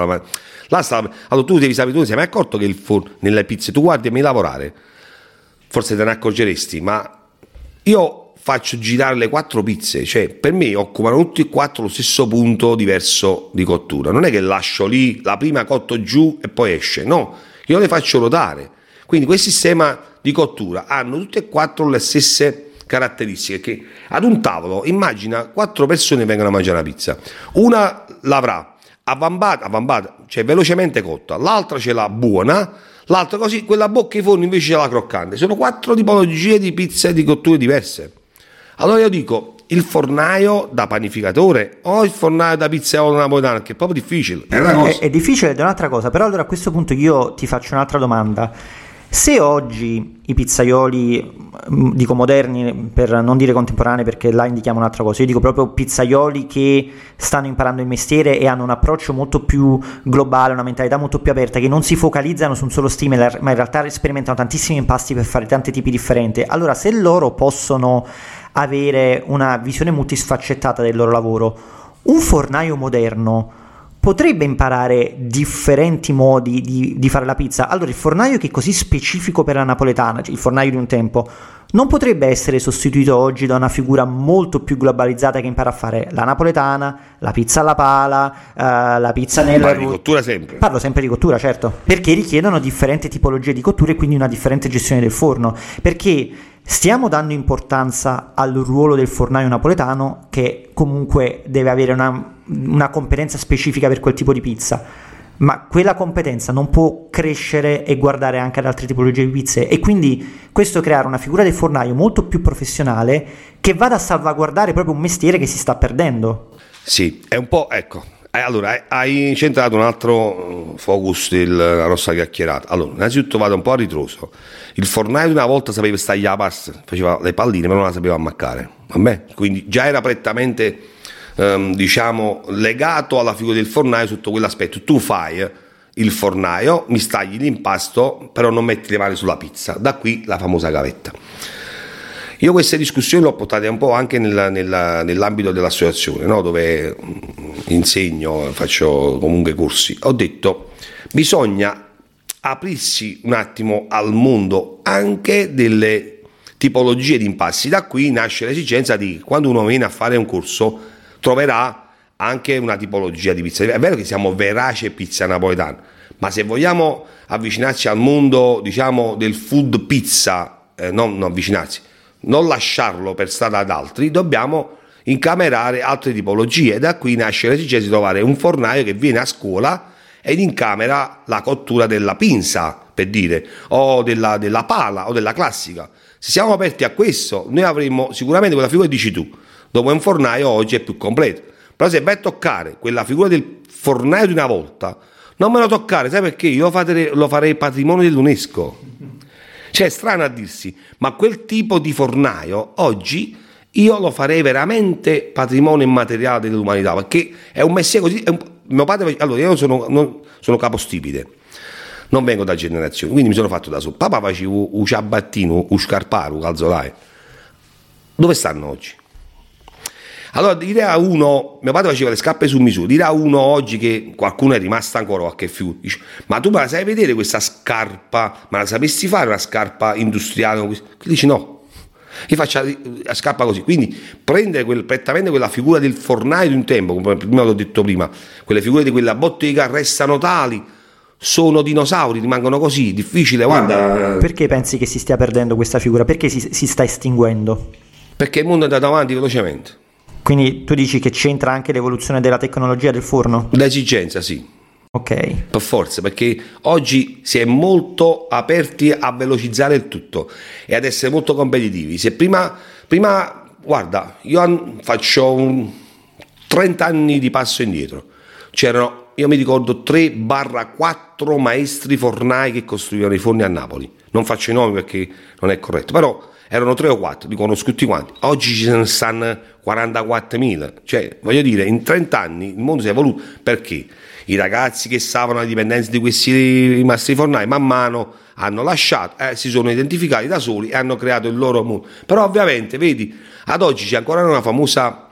Allora tu devi sapere, tu non sei mai accorto che il forno, nelle pizze, tu guardi e mi lavorare, forse te ne accorgeresti, ma io faccio girare le 4 pizze, cioè per me occupano tutti e 4 lo stesso punto diverso di cottura. Non è che lascio lì la prima cotto giù e poi esce, no, io le faccio ruotare. Quindi quel sistema di cottura hanno tutte e 4 le stesse caratteristiche, che ad un tavolo, immagina 4 persone vengono a mangiare una pizza, una l'avrà avvambata, cioè velocemente cotta, l'altra ce l'ha buona, l'altra così, quella a bocca di forno invece ce l'ha croccante. Sono 4 tipologie di pizze di cotture diverse. Allora io dico, il fornaio da panificatore o il fornaio da pizzaiolo napoletano, che è proprio difficile. È difficile ed è un'altra cosa, però allora a questo punto io ti faccio un'altra domanda. Se oggi i pizzaioli, dico moderni per non dire contemporanei perché là indichiamo un'altra cosa, io dico proprio pizzaioli che stanno imparando il mestiere e hanno un approccio molto più globale, una mentalità molto più aperta, che non si focalizzano su un solo stile ma in realtà sperimentano tantissimi impasti per fare tanti tipi differenti, allora se loro possono avere una visione multisfaccettata del loro lavoro, un fornaio moderno potrebbe imparare differenti modi di fare la pizza. Allora il fornaio che è così specifico per la napoletana, cioè il fornaio di un tempo, non potrebbe essere sostituito oggi da una figura molto più globalizzata che impara a fare la napoletana, la pizza alla pala, la pizza nella... di cottura sempre. Parlo sempre di cottura, certo, perché richiedono differenti tipologie di cottura e quindi una differente gestione del forno, perché stiamo dando importanza al ruolo del fornaio napoletano, che comunque deve avere una competenza specifica per quel tipo di pizza, ma quella competenza non può crescere e guardare anche ad altre tipologie di pizze, e quindi questo creare una figura del fornaio molto più professionale che vada a salvaguardare proprio un mestiere che si sta perdendo. Sì, è un po', ecco. Allora, hai centrato un altro focus della nostra chiacchierata. Allora, innanzitutto vado un po' a ritroso. Il fornaio di una volta sapeva stagliare la pasta, faceva le palline, ma non la sapeva ammaccare. Vabbè? Quindi già era prettamente, diciamo, legato alla figura del fornaio sotto quell'aspetto. Tu fai il fornaio, mi stagli l'impasto, però non metti le mani sulla pizza. Da qui la famosa gavetta. Io queste discussioni le ho portate un po' anche nell'ambito dell'associazione, no? Dove insegno, faccio comunque corsi. Ho detto, bisogna aprirsi un attimo al mondo anche delle tipologie di impasti. Da qui nasce l'esigenza di, quando uno viene a fare un corso, troverà anche una tipologia di pizza. È vero che siamo verace pizza napoletana, ma se vogliamo avvicinarci al mondo, diciamo, del food pizza, non avvicinarsi, non lasciarlo per strada ad altri, dobbiamo incamerare altre tipologie. Da qui nasce l'esigenza di trovare un fornaio che viene a scuola ed incamera la cottura della pinza, per dire, o della pala o della classica. Se siamo aperti a questo, noi avremo sicuramente quella figura che dici tu, dove un fornaio oggi è più completo. Però se vai a toccare quella figura del fornaio di una volta, non me lo toccare, sai perché? Io lo farei patrimonio dell'UNESCO. Cioè è strano a dirsi, ma quel tipo di fornaio oggi io lo farei veramente patrimonio immateriale dell'umanità, perché è un mestiere così. Mio padre, allora io sono capostipite, non vengo da generazioni, quindi mi sono fatto da solo. Papà faceva un ciabattino, un scarparo, un calzolai. Dove stanno oggi? Allora dire a uno, mio padre faceva le scarpe su misura, dire a uno oggi che qualcuno è rimasto ancora qualche figura, dice, ma tu me la sai vedere questa scarpa, ma la sapessi fare una scarpa industriale? Dici no, io faccio la scarpa così. Quindi prendere prettamente quella figura del fornaio di un tempo, come prima l'ho detto prima, quelle figure di quella bottega restano tali, sono dinosauri, rimangono così, difficile. Guarda, perché pensi che si stia perdendo questa figura? Perché si sta estinguendo? Perché il mondo è andato avanti velocemente. Quindi tu dici che c'entra anche l'evoluzione della tecnologia del forno? L'esigenza, sì. Ok. Per forza, perché oggi si è molto aperti a velocizzare il tutto e ad essere molto competitivi. Se prima guarda, io faccio 30 anni di passo indietro. C'erano, io mi ricordo, 3-4 maestri fornai che costruivano i forni a Napoli. Non faccio i nomi perché non è corretto, però erano 3 o 4, li conosco tutti quanti. Oggi ce ne stanno 44.000. Cioè, voglio dire, in 30 anni il mondo si è evoluto. Perché? I ragazzi che stavano alle dipendenze di questi maestri fornai man mano hanno lasciato, si sono identificati da soli e hanno creato il loro mondo. Però ovviamente, vedi, ad oggi c'è ancora una famosa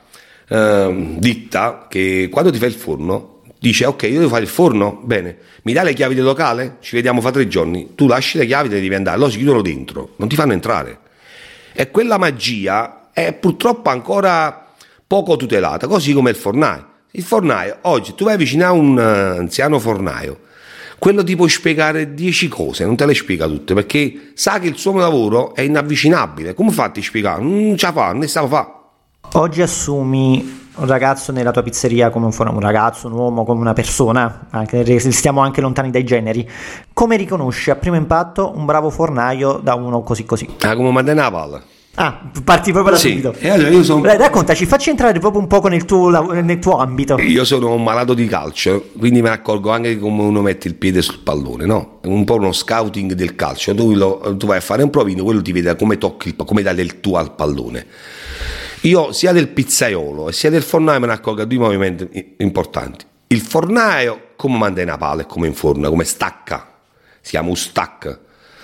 ditta che quando ti fai il forno dice: ok, io devo fare il forno, bene, mi dai le chiavi del locale? Ci vediamo fra 3 giorni. Tu lasci le chiavi, te devi andare, loro si chiudono dentro, non ti fanno entrare. E quella magia è purtroppo ancora poco tutelata, così come il fornaio. Il fornaio, oggi tu vai vicino a un anziano fornaio, quello ti può spiegare 10 cose, non te le spiega tutte, perché sa che il suo lavoro è inavvicinabile. Come fatti a spiegare? Non ce la fa, non ne sa fa. Oggi assumi un ragazzo nella tua pizzeria come un ragazzo, un uomo, come una persona, stiamo anche lontani dai generi. Come riconosci a primo impatto un bravo fornaio da uno così così? Come mandare una palla. Parti proprio da subito. E allora io sono... Raccontaci, facci entrare proprio un poco nel tuo ambito. Io sono un malato di calcio, quindi me ne accorgo anche come uno mette il piede sul pallone, no? È un po' uno scouting del calcio. Tu vai a fare un provino, quello ti vede come tocchi, come dai del tuo al pallone. Io sia del pizzaiolo e sia del fornaio me ne accorgo 2 movimenti importanti. Il fornaio come manda in palla e come inforna, come stacca, si chiama un stack.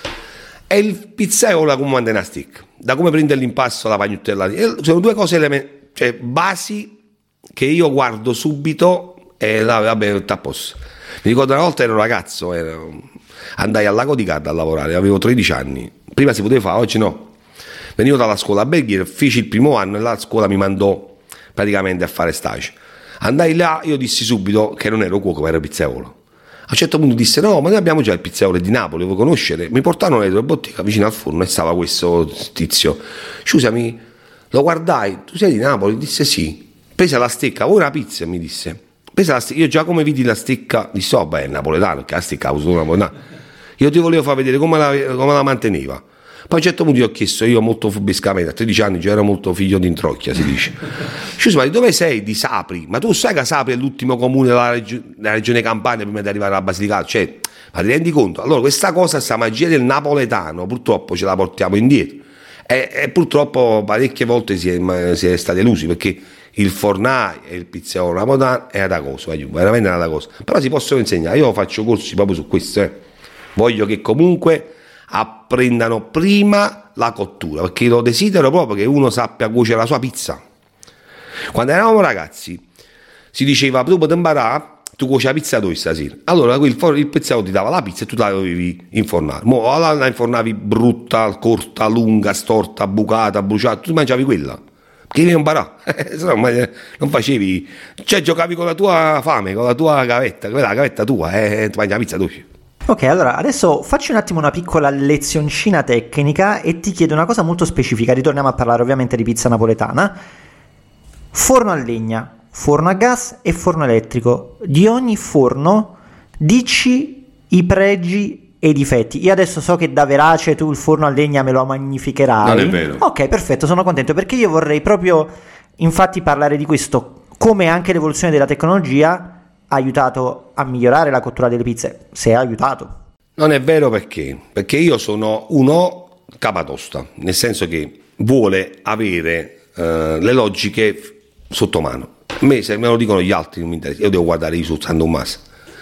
E il pizzaiolo come manda in stick, da come prende l'impasto la pagnottella. Sono 2 cose cioè basi che io guardo subito e vabbè, a posto. Mi ricordo una volta ero un ragazzo, andai al Lago di Garda a lavorare, avevo 13 anni. Prima si poteva fare, oggi no. Venivo dalla scuola a Belghire, feci il primo anno e la scuola mi mandò praticamente a fare stage. Andai là, io dissi subito che non ero cuoco, ma ero pizzaiolo. A un certo punto disse: no, ma noi abbiamo già il pizzaiolo di Napoli, lo conoscere? Mi portarono dietro la bottega vicino al forno e stava questo tizio. Scusami, lo guardai, tu sei di Napoli? Disse sì. Prese la stecca, vuoi una pizza? Mi disse. Prese la stecca, io già come vidi la stecca dissi: oh beh, è napoletano, perché la stecca la uso napoletano. Io ti volevo far vedere come la manteneva. Poi a un certo punto io ho chiesto, io molto furbescamente, a 13 anni già ero molto figlio di introcchia, si dice. Scusa, ma di dove sei? Di Sapri? Ma tu sai che Sapri è l'ultimo comune della regione Campania prima di arrivare alla Basilicata? Cioè, ma ti rendi conto? Allora questa cosa, questa magia del napoletano, purtroppo ce la portiamo indietro. E purtroppo parecchie volte si è stati elusi, perché il fornaio e il pizzaiolo napoletano è una cosa, veramente una cosa. Però si possono insegnare, io faccio corsi proprio su questo. Voglio che comunque apprendano prima la cottura, perché lo desidero proprio che uno sappia cuocere la sua pizza. Quando eravamo ragazzi si diceva: tu puoi imparare, tu cuoci la pizza dove stasera. Allora il pizzaiolo ti dava la pizza e tu la dovevi infornare. Mo la infornavi brutta, corta, lunga, storta, bucata, bruciata, tu mangiavi quella, perché devi imparare. Se no non facevi, cioè giocavi con la tua fame, con la tua gavetta, quella è la gavetta tua, ti mangi la pizza tu. Ok, allora adesso facci un attimo una piccola lezioncina tecnica e ti chiedo una cosa molto specifica. Ritorniamo a parlare ovviamente di pizza napoletana. Forno a legna, forno a gas e forno elettrico. Di ogni forno dici i pregi e i difetti. Io adesso so che da verace tu il forno a legna me lo magnificherai. Non è vero. Ok, perfetto, sono contento, perché io vorrei proprio infatti parlare di questo, come anche l'evoluzione della tecnologia ha aiutato a migliorare la cottura delle pizze, se ha aiutato. Non è vero, perché io sono uno capatosta, nel senso che vuole avere le logiche sotto mano. A me, se me lo dicono gli altri, non mi interessa, io devo guardare io soltanto un maso.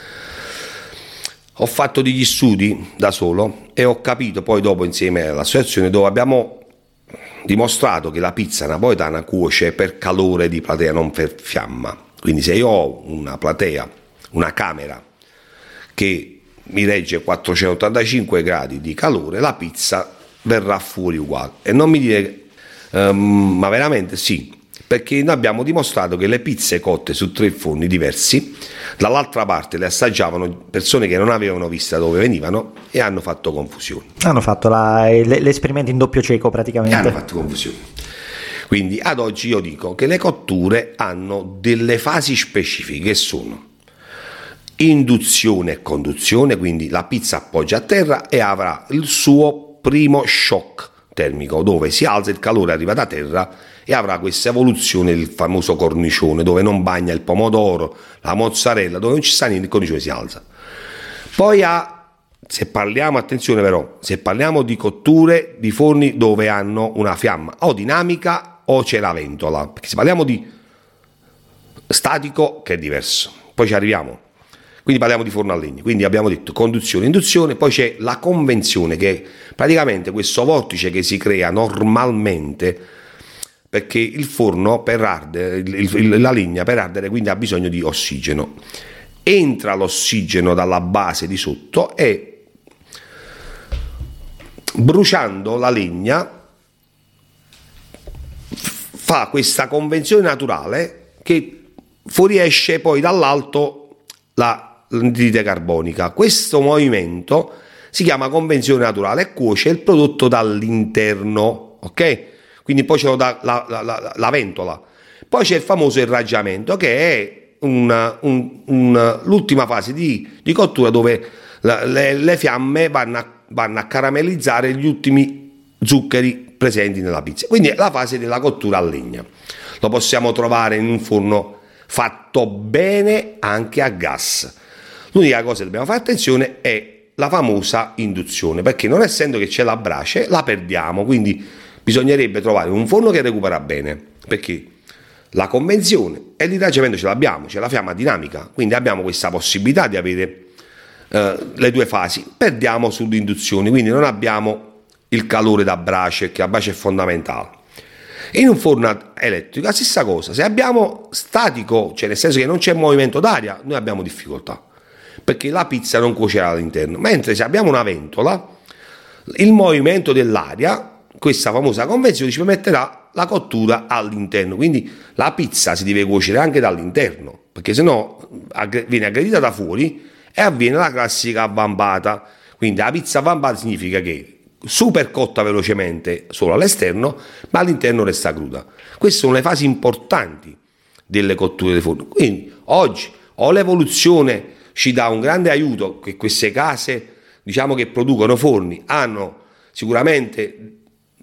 Ho fatto degli studi da solo e ho capito poi dopo insieme all'associazione, dove abbiamo dimostrato che la pizza napoletana cuoce per calore di platea, non per fiamma. Quindi se io ho una platea, una camera che mi regge 485 gradi di calore, la pizza verrà fuori uguale. E non mi dire, ma veramente sì, perché noi abbiamo dimostrato che le pizze cotte su 3 forni diversi, dall'altra parte le assaggiavano persone che non avevano visto da dove venivano e hanno fatto confusione. Hanno fatto l'esperimento in doppio cieco praticamente. E hanno fatto confusione. Quindi ad oggi io dico che le cotture hanno delle fasi specifiche che sono induzione e conduzione, quindi la pizza appoggia a terra e avrà il suo primo shock termico dove si alza, il calore arriva da terra e avrà questa evoluzione del famoso cornicione dove non bagna il pomodoro, la mozzarella, dove non ci sta niente, il cornicione si alza. Poi se parliamo, attenzione però, se parliamo di cotture di forni dove hanno una fiamma o dinamica o c'è la ventola, perché se parliamo di statico che è diverso, poi ci arriviamo. Quindi parliamo di forno a legna, quindi abbiamo detto conduzione, induzione, poi c'è la convenzione che è praticamente questo vortice che si crea normalmente perché il forno per ardere, la legna per ardere quindi ha bisogno di ossigeno. Entra l'ossigeno dalla base di sotto e bruciando la legna fa questa convenzione naturale che fuoriesce poi dall'alto l'anidride carbonica. Questo movimento si chiama convenzione naturale e cuoce il prodotto dall'interno, ok? Quindi poi c'è la ventola. Poi c'è il famoso irraggiamento che è l'ultima fase di cottura dove le fiamme vanno a caramellizzare gli ultimi zuccheri presenti nella pizza. Quindi è la fase della cottura a legna. Lo possiamo trovare in un forno fatto bene anche a gas. L'unica cosa che dobbiamo fare attenzione è la famosa induzione, perché non essendo che c'è la brace la perdiamo, quindi bisognerebbe trovare un forno che recupera bene, perché la convenzione e l'irraggiamento ce l'abbiamo, c'è la fiamma dinamica, quindi abbiamo questa possibilità di avere le due fasi, perdiamo sull'induzione, quindi non abbiamo il calore da brace, che la brace è fondamentale. In un forno elettrico la stessa cosa, se abbiamo statico, cioè nel senso che non c'è movimento d'aria, noi abbiamo difficoltà, perché la pizza non cuocerà all'interno, mentre se abbiamo una ventola, il movimento dell'aria, questa famosa convenzione ci permetterà la cottura all'interno, quindi la pizza si deve cuocere anche dall'interno, perché sennò viene aggredita da fuori e avviene la classica avvampata. Quindi la pizza avvampata significa che super cotta velocemente solo all'esterno, ma all'interno resta cruda. Queste sono le fasi importanti delle cotture dei forni. Quindi oggi o l'evoluzione ci dà un grande aiuto, che queste case, diciamo, che producono forni hanno sicuramente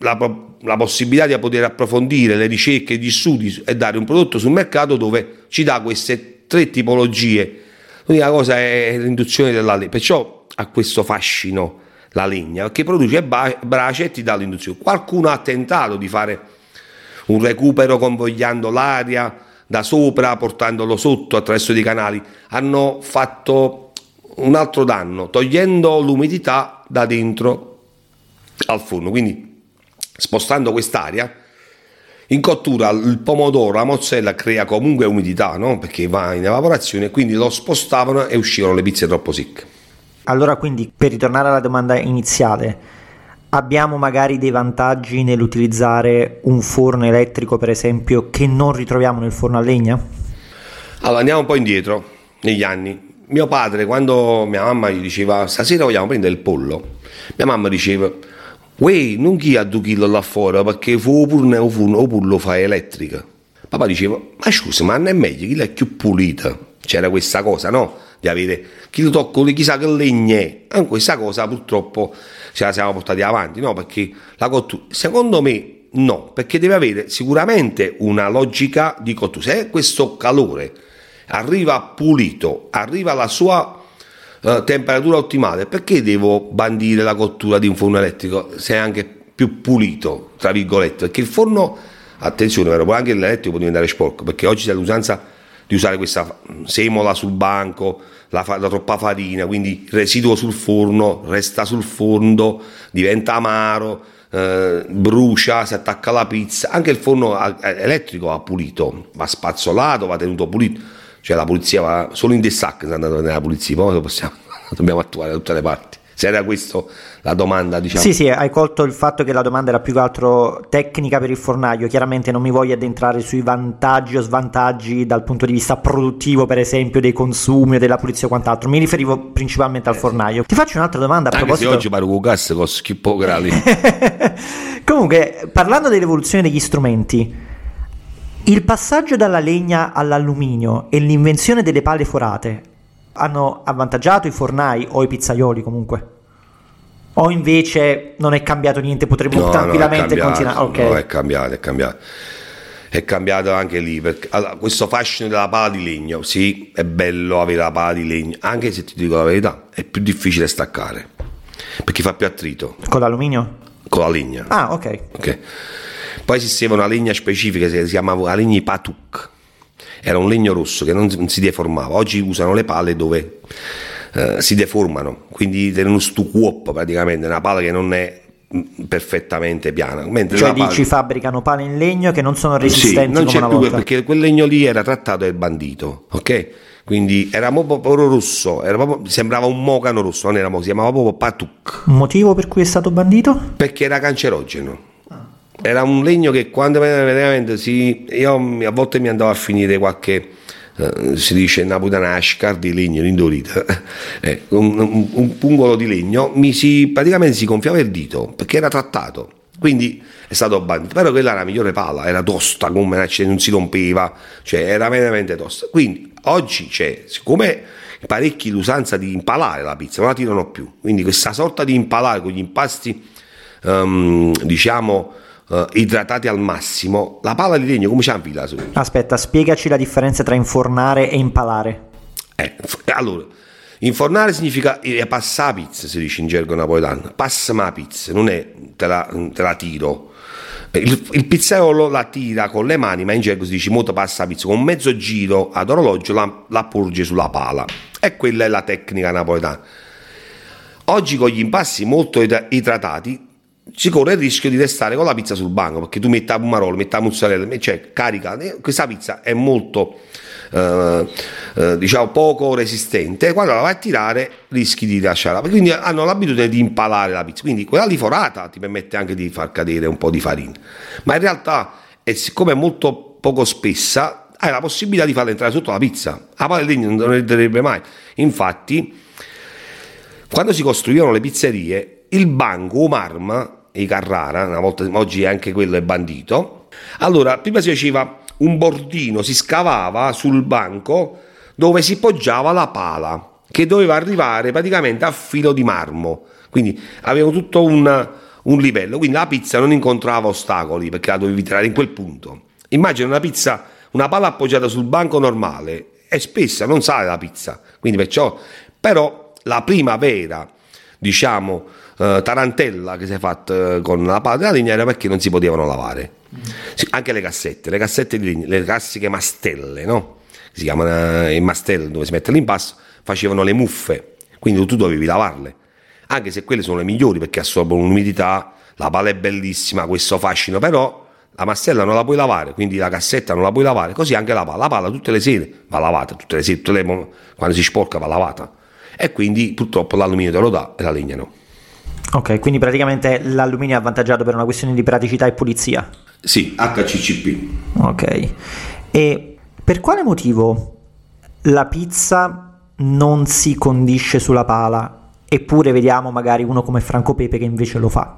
la possibilità di poter approfondire le ricerche, gli studi e dare un prodotto sul mercato dove ci dà queste tre tipologie. L'unica cosa è l'induzione della legna, perciò ha questo fascino la legna, perché produce brace e ti dà l'induzione. Qualcuno ha tentato di fare un recupero convogliando l'aria da sopra, portandolo sotto attraverso dei canali. Hanno fatto un altro danno, togliendo l'umidità da dentro al forno, quindi spostando quest'aria in cottura il pomodoro, la mozzarella crea comunque umidità, no? Perché va in evaporazione, quindi lo spostavano e uscivano le pizze troppo secche. Allora, quindi, per ritornare alla domanda iniziale, abbiamo magari dei vantaggi nell'utilizzare un forno elettrico, per esempio, che non ritroviamo nel forno a legna? Allora, andiamo un po' indietro negli anni. Mio padre, quando mia mamma gli diceva stasera vogliamo prendere il pollo, mia mamma diceva uè, non chi a 2 kg là fuori, perché fu pure o pollo fa elettrica. Papà diceva, ma scusa, ma non è meglio, chi è più pulita? C'era questa cosa, no? Di avere chi lo tocca, chissà che legna è. Anche questa cosa purtroppo ce la siamo portati avanti, no? Perché la cottura, secondo me no, perché deve avere sicuramente una logica di cottura. Se questo calore arriva pulito, arriva alla sua temperatura ottimale, perché devo bandire la cottura di un forno elettrico se è anche più pulito, tra virgolette? Perché il forno, attenzione, però, poi anche l'elettrico può diventare sporco, perché oggi c'è l'usanza di usare questa semola sul banco, la troppa farina, quindi il residuo sul forno resta sul fondo, diventa amaro, brucia, si attacca alla pizza. Anche il forno elettrico va pulito, va spazzolato, va tenuto pulito, cioè la pulizia va solo in dessac, se andate nella pulizia, poi dobbiamo attuare da tutte le parti, Se era questa la domanda, diciamo. Sì, hai colto il fatto che la domanda era più che altro tecnica per il fornaio. Chiaramente non mi voglio addentrare sui vantaggi o svantaggi dal punto di vista produttivo, per esempio dei consumi o della pulizia o quant'altro. Mi riferivo principalmente al fornaio. Ti faccio un'altra domanda a proposito. Se oggi paro con gas con schippo grali. Comunque, parlando dell'evoluzione degli strumenti, il passaggio dalla legna all'alluminio e l'invenzione delle pale forate hanno avvantaggiato i fornai o i pizzaioli comunque? O invece non è cambiato niente, potremmo tranquillamente continuare? Okay. No, è cambiato anche lì, perché allora, questo fascino della pala di legno, sì, è bello avere la pala di legno, anche se ti dico la verità, è più difficile staccare, perché fa più attrito. Con l'alluminio? Con la legna. Ah, ok. Poi esisteva una legna specifica che si chiamava la legna Patuk. Era un legno rosso che non si deformava. Oggi usano le pale dove si deformano, quindi tengono stu cuop praticamente, una pala che non è perfettamente piana. Mentre cioè dici fabbricano pale in legno che non sono resistenti, non come c'è una più volta. perché quel legno lì era trattato e bandito, ok? Quindi era proprio rosso, sembrava un mocano rosso, non era si chiamava proprio Patuk. Un motivo per cui è stato bandito? Perché era cancerogeno. Era un legno che quando veramente io a volte mi andavo a finire qualche si dice una putanasca di legno indurito, un pungolo di legno praticamente si gonfiava il dito perché era trattato, quindi è stato bandito. Però quella era la migliore pala, era tosta come non si rompeva, cioè era veramente tosta. Quindi oggi c'è, siccome parecchi l'usanza di impalare la pizza non la tirano più, quindi questa sorta di impalare con gli impasti diciamo idratati al massimo, la pala di legno come ci infila su? Aspetta, spiegaci la differenza tra infornare e impalare. Allora, infornare significa passare la pizza, si dice in gergo napoletano, passami la pizza, non è te la tiro. Il pizzaiolo la tira con le mani, ma in gergo si dice molto passa la pizza, con mezzo giro ad orologio la porge sulla pala, e quella è la tecnica napoletana. Oggi con gli impasti molto idratati si corre il rischio di restare con la pizza sul banco, perché tu metti la pomarola, metti la mozzarella, cioè carica, questa pizza è molto diciamo poco resistente, quando la vai a tirare rischi di lasciarla, quindi hanno l'abitudine di impalare la pizza, quindi quella lì forata ti permette anche di far cadere un po' di farina, ma in realtà siccome è molto poco spessa hai la possibilità di farla entrare sotto la pizza, la pala di legno non entrerebbe mai. Infatti quando si costruivano le pizzerie il banco o marma i Carrara, una volta, oggi anche quello è bandito, allora prima si faceva un bordino, si scavava sul banco dove si poggiava la pala che doveva arrivare praticamente a filo di marmo, quindi avevano tutto un livello, quindi la pizza non incontrava ostacoli perché la dovevi tirare in quel punto. Immagina una pala appoggiata sul banco normale, è spessa, non sale la pizza, quindi però la prima vera, diciamo, tarantella che si è fatta con la pala della legna era perché non si potevano lavare. Anche le cassette di legno, le classiche mastelle, no? Si chiamano i mastelli dove si mette l'impasto, facevano le muffe, quindi tu dovevi lavarle, anche se quelle sono le migliori perché assorbono l'umidità, la pala è bellissima, questo fascino, però la mastella non la puoi lavare, quindi la cassetta non la puoi lavare, così anche la pala tutte le sere va lavata, tutte le sere, quando si sporca va lavata, e quindi purtroppo l'alluminio te lo dà e la legna no. Ok, quindi praticamente l'alluminio è avvantaggiato per una questione di praticità e pulizia. Sì, HCCP. Ok, e per quale motivo la pizza non si condisce sulla pala, eppure vediamo magari uno come Franco Pepe che invece lo fa?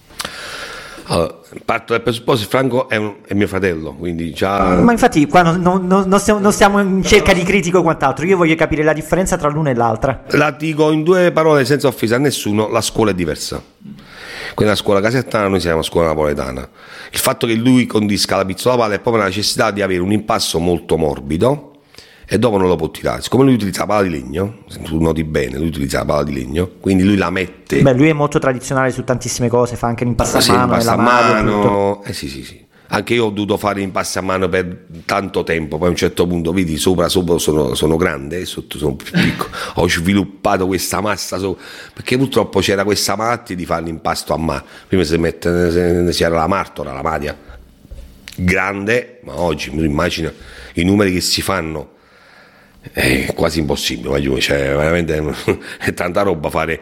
Allora, parto dal presupposto che Franco è mio fratello, quindi già... Ma infatti qua non stiamo in cerca di critico o quant'altro, io voglio capire la differenza tra l'una e l'altra. La dico in due parole senza offesa a nessuno, la scuola è diversa. Quella scuola casertana, noi siamo scuola napoletana. Il fatto che lui condisca la pizza alla pala è proprio la necessità di avere un impasto molto morbido e dopo non lo può tirare. Siccome lui utilizza la pala di legno, se tu noti bene, lui utilizza la pala di legno, quindi lui la mette... Beh, lui è molto tradizionale su tantissime cose, fa anche l'impasto a mano, l'impasto e la mano. Sì. Anche io ho dovuto fare l'impasto a mano per tanto tempo, poi a un certo punto, vedi, sopra sono grande, sotto sono più piccolo. Ho sviluppato questa massa, perché purtroppo c'era questa malattia di fare l'impasto a mano. Prima c'era la martora, la madia, grande, ma oggi mi immagino i numeri che si fanno È quasi impossibile, cioè, veramente è tanta roba fare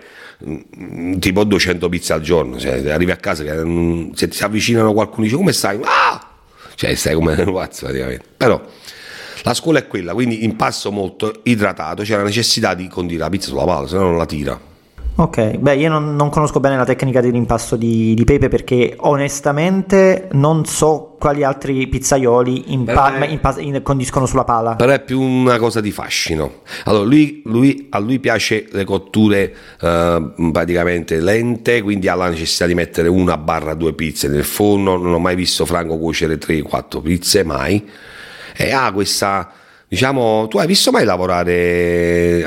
tipo 200 pizze al giorno, cioè, arrivi a casa che se ti avvicinano qualcuno dice come stai? Cioè stai come un pazzo praticamente. Però la scuola è quella, quindi impasto molto idratato, c'è la necessità di condire la pizza sulla palla, se no non la tira. Ok, beh, io non conosco bene la tecnica di rimpasto di Pepe, perché onestamente non so quali altri pizzaioli condiscono sulla pala. Però è più una cosa di fascino. Allora a lui piace le cotture praticamente lente, quindi ha la necessità di mettere 1-2 pizze nel forno. Non ho mai visto Franco cuocere 3-4 pizze, mai. E ha questa, diciamo, tu hai visto mai lavorare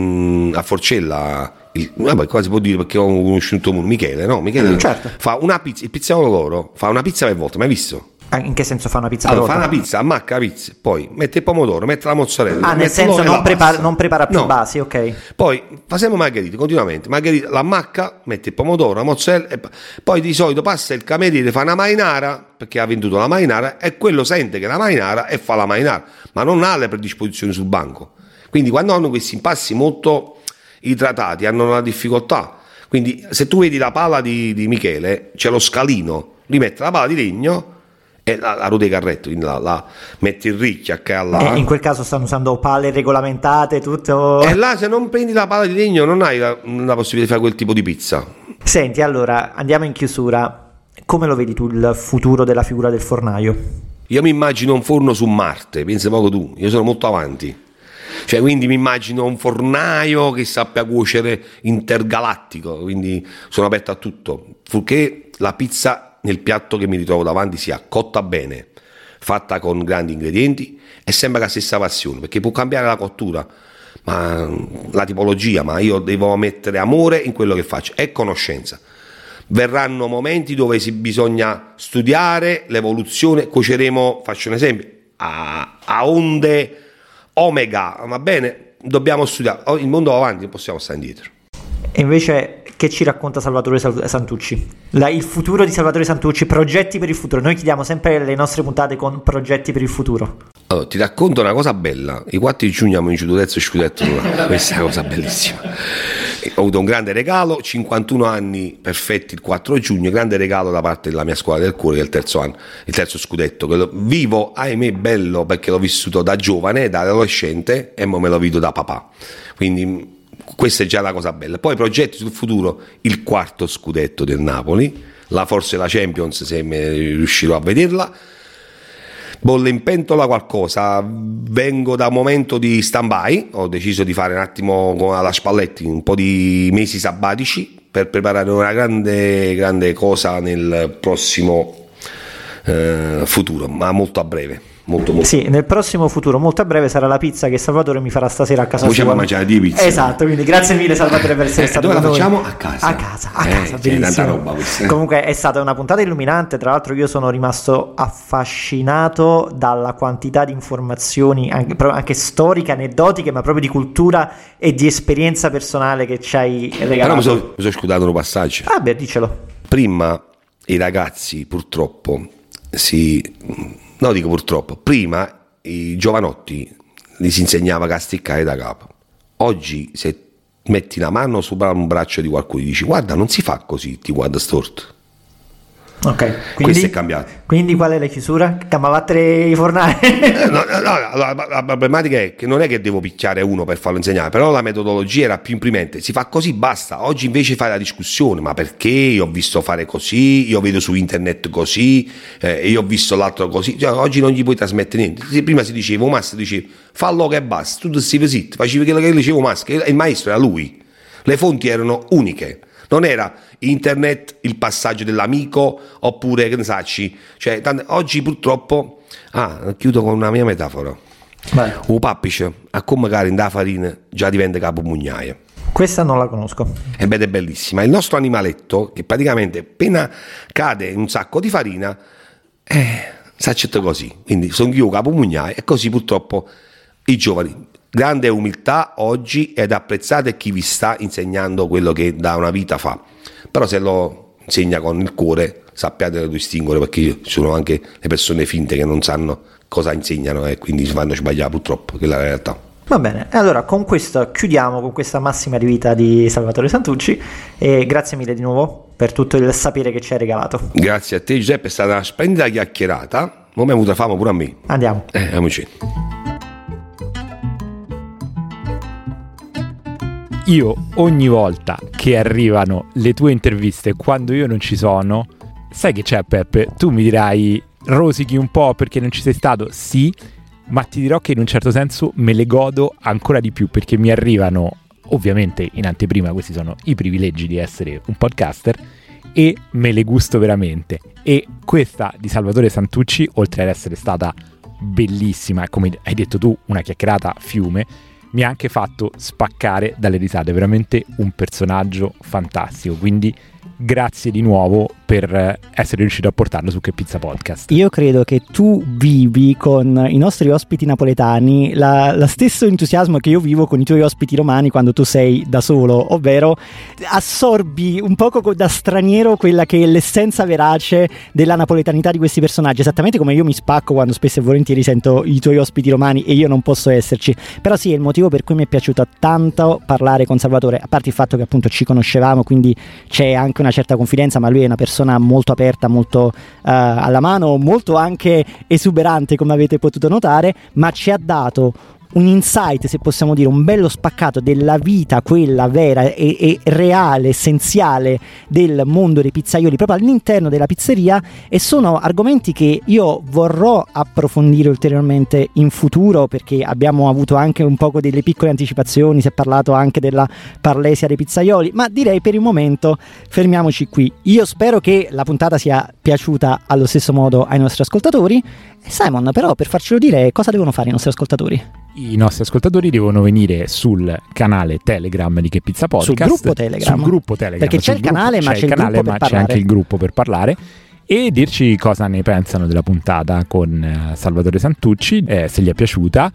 a Forcella? Qua si può dire perché ho conosciuto Michele, no? Michele certo. Fa una pizza, il pizzaiolo loro fa una pizza per volta, mai visto? In che senso fa una pizza? Allora, fa una pizza, ammacca la pizza, poi mette il pomodoro, mette la mozzarella. Nel senso non prepara più basi, ok. Poi facciamo margherite continuamente. Margherita l'ammacca, mette il pomodoro, la mozzarella, poi di solito passa il cameriere, fa una marinara, perché ha venduto la marinara, e quello sente che è la marinara e fa la marinara, ma non ha le predisposizioni sul banco. Quindi quando hanno questi impasti molto idratati hanno una difficoltà. Quindi se tu vedi la pala di Michele, c'è lo scalino, lui mette la pala di legno e la ruota di carretto, quindi la metti in ricchia che là. In quel caso stanno usando pale regolamentate, tutto. E là se non prendi la pala di legno non hai la possibilità di fare quel tipo di pizza. Senti, allora andiamo in chiusura. Come lo vedi tu il futuro della figura del fornaio? Io mi immagino un forno su Marte, pensa poco tu, io sono molto avanti. Cioè, quindi mi immagino un fornaio che sappia cuocere intergalattico, quindi sono aperto a tutto, purché la pizza nel piatto che mi ritrovo davanti sia cotta bene, fatta con grandi ingredienti e sempre la stessa passione, perché può cambiare la cottura, ma la tipologia, ma io devo mettere amore in quello che faccio e conoscenza. Verranno momenti dove bisogna studiare l'evoluzione, cuoceremo, faccio un esempio, a onde omega, va bene, dobbiamo studiare, il mondo va avanti, non possiamo stare indietro. E invece che ci racconta Salvatore Santucci? Il futuro di Salvatore Santucci, progetti per il futuro. Noi chiudiamo sempre le nostre puntate con progetti per il futuro. Allora, ti racconto una cosa bella. Il 4 di giugno abbiamo vinto terzo scudetto, questa è una cosa bellissima. Ho avuto un grande regalo, 51 anni perfetti il 4 giugno, grande regalo da parte della mia squadra del cuore, che è il terzo anno, il terzo scudetto, che vivo, ahimè, bello, perché l'ho vissuto da giovane, da adolescente, e mo me lo vedo da papà. Quindi questa è già la cosa bella. Poi progetti sul futuro, il quarto scudetto del Napoli, forse la Champions, se riuscirò a vederla. Bolle in pentola qualcosa, vengo da un momento di stand-by, ho deciso di fare un attimo alla Spalletti un po' di mesi sabbatici per preparare una grande cosa nel prossimo futuro, ma molto a breve. Molto. Sì, nel prossimo futuro, molto a breve, sarà la pizza che Salvatore mi farà stasera a casa sua. Facciamo mangiare di pizza. Esatto, quindi grazie mille Salvatore per essere stato con noi. Dove la facciamo? A casa, bellissimo. Tanta roba questa. Comunque è stata una puntata illuminante, tra l'altro io sono rimasto affascinato dalla quantità di informazioni, anche storiche, aneddotiche, ma proprio di cultura e di esperienza personale che ci hai regalato. Però mi sono scudato un passaggio. Ah beh, dicelo. Prima i ragazzi purtroppo prima i giovanotti gli si insegnava a sticcare da capo. Oggi se metti la mano sopra un braccio di qualcuno e dici guarda non si fa così, ti guarda storto. Ok, quindi, questo è cambiato. Quindi qual è la chiusura? Camalattere i fornai? La problematica è che non è che devo picchiare uno per farlo insegnare, però la metodologia era più imprimente, si fa così, basta. Oggi invece fai la discussione, ma perché io ho visto fare così, io vedo su internet così, io ho visto l'altro così, cioè, oggi non gli puoi trasmettere niente. Prima si diceva, un maestro diceva fallo che basta, tu stai zitto, facevi quello che diceva un maestro, il maestro era lui, le fonti erano uniche. Non era internet, il passaggio dell'amico, oppure che ne sacci. Cioè, oggi purtroppo, chiudo con una mia metafora. Un pappice, a come magari in da farina, già diventa capo mugnaia. Questa non la conosco. È bellissima. Il nostro animaletto, che praticamente appena cade in un sacco di farina, s'accetta così. Quindi sono io capo mugnaia, e così purtroppo i giovani. Grande umiltà oggi ed apprezzate chi vi sta insegnando quello che da una vita fa, però se lo insegna con il cuore sappiate distinguere, perché ci sono anche le persone finte che non sanno cosa insegnano e quindi si fanno sbagliare purtroppo, che è la realtà. Va bene, e allora con questo chiudiamo con questa massima di vita di Salvatore Santucci e grazie mille di nuovo per tutto il sapere che ci hai regalato. Grazie a te Giuseppe, è stata una splendida chiacchierata, ma mi è venuta fame pure a me. Andiamo. Amici. Io ogni volta che arrivano le tue interviste, quando io non ci sono, sai che c'è Peppe? Tu mi dirai rosichi un po' perché non ci sei stato, sì, ma ti dirò che in un certo senso me le godo ancora di più perché mi arrivano, ovviamente in anteprima, questi sono i privilegi di essere un podcaster, e me le gusto veramente. E questa di Salvatore Santucci, oltre ad essere stata bellissima, come hai detto tu, una chiacchierata fiume, mi ha anche fatto spaccare dalle risate, veramente un personaggio fantastico, quindi grazie di nuovo per essere riuscito a portarlo su Che Pizza Podcast. Io credo che tu vivi con i nostri ospiti napoletani lo stesso entusiasmo che io vivo con i tuoi ospiti romani quando tu sei da solo, ovvero assorbi un poco da straniero quella che è l'essenza verace della napoletanità di questi personaggi, esattamente come io mi spacco quando spesso e volentieri sento i tuoi ospiti romani e io non posso esserci. Però sì, è il motivo per cui mi è piaciuto tanto parlare con Salvatore, a parte il fatto che appunto ci conoscevamo, quindi c'è anche una certa confidenza, ma lui è una persona molto aperta, molto alla mano, molto anche esuberante, come avete potuto notare, ma ci ha dato un insight, se possiamo dire, un bello spaccato della vita, quella vera e reale, essenziale del mondo dei pizzaioli proprio all'interno della pizzeria, e sono argomenti che io vorrò approfondire ulteriormente in futuro, perché abbiamo avuto anche un poco delle piccole anticipazioni, si è parlato anche della parlesia dei pizzaioli, ma direi per il momento fermiamoci qui. Io spero che la puntata sia piaciuta allo stesso modo ai nostri ascoltatori. Simon, però, per farcelo dire, cosa devono fare i nostri ascoltatori? I nostri ascoltatori devono venire sul canale Telegram di Che Pizza Podcast, sul gruppo Telegram, perché c'è il canale, ma c'è il gruppo per parlare. C'è anche il gruppo per parlare, e dirci cosa ne pensano della puntata con Salvatore Santucci, se gli è piaciuta,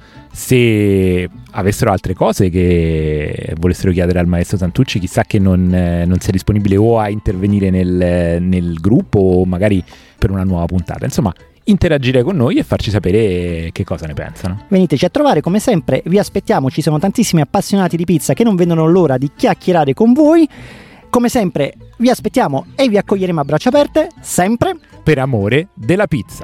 se avessero altre cose che volessero chiedere al maestro Santucci, chissà che non sia disponibile o a intervenire nel gruppo o magari per una nuova puntata, insomma interagire con noi e farci sapere che cosa ne pensano. Veniteci a trovare, come sempre vi aspettiamo, ci sono tantissimi appassionati di pizza che non vedono l'ora di chiacchierare con voi. Come sempre vi aspettiamo e vi accoglieremo a braccia aperte, sempre per amore della pizza.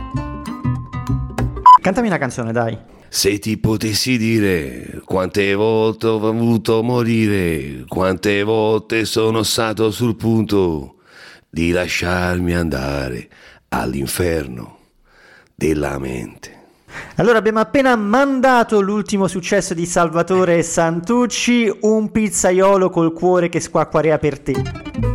Cantami una canzone, dai. Se ti potessi dire quante volte ho voluto morire, quante volte sono stato sul punto di lasciarmi andare all'inferno della mente. Allora, abbiamo appena mandato l'ultimo successo di Salvatore Santucci, un pizzaiolo col cuore che squacquarea per te.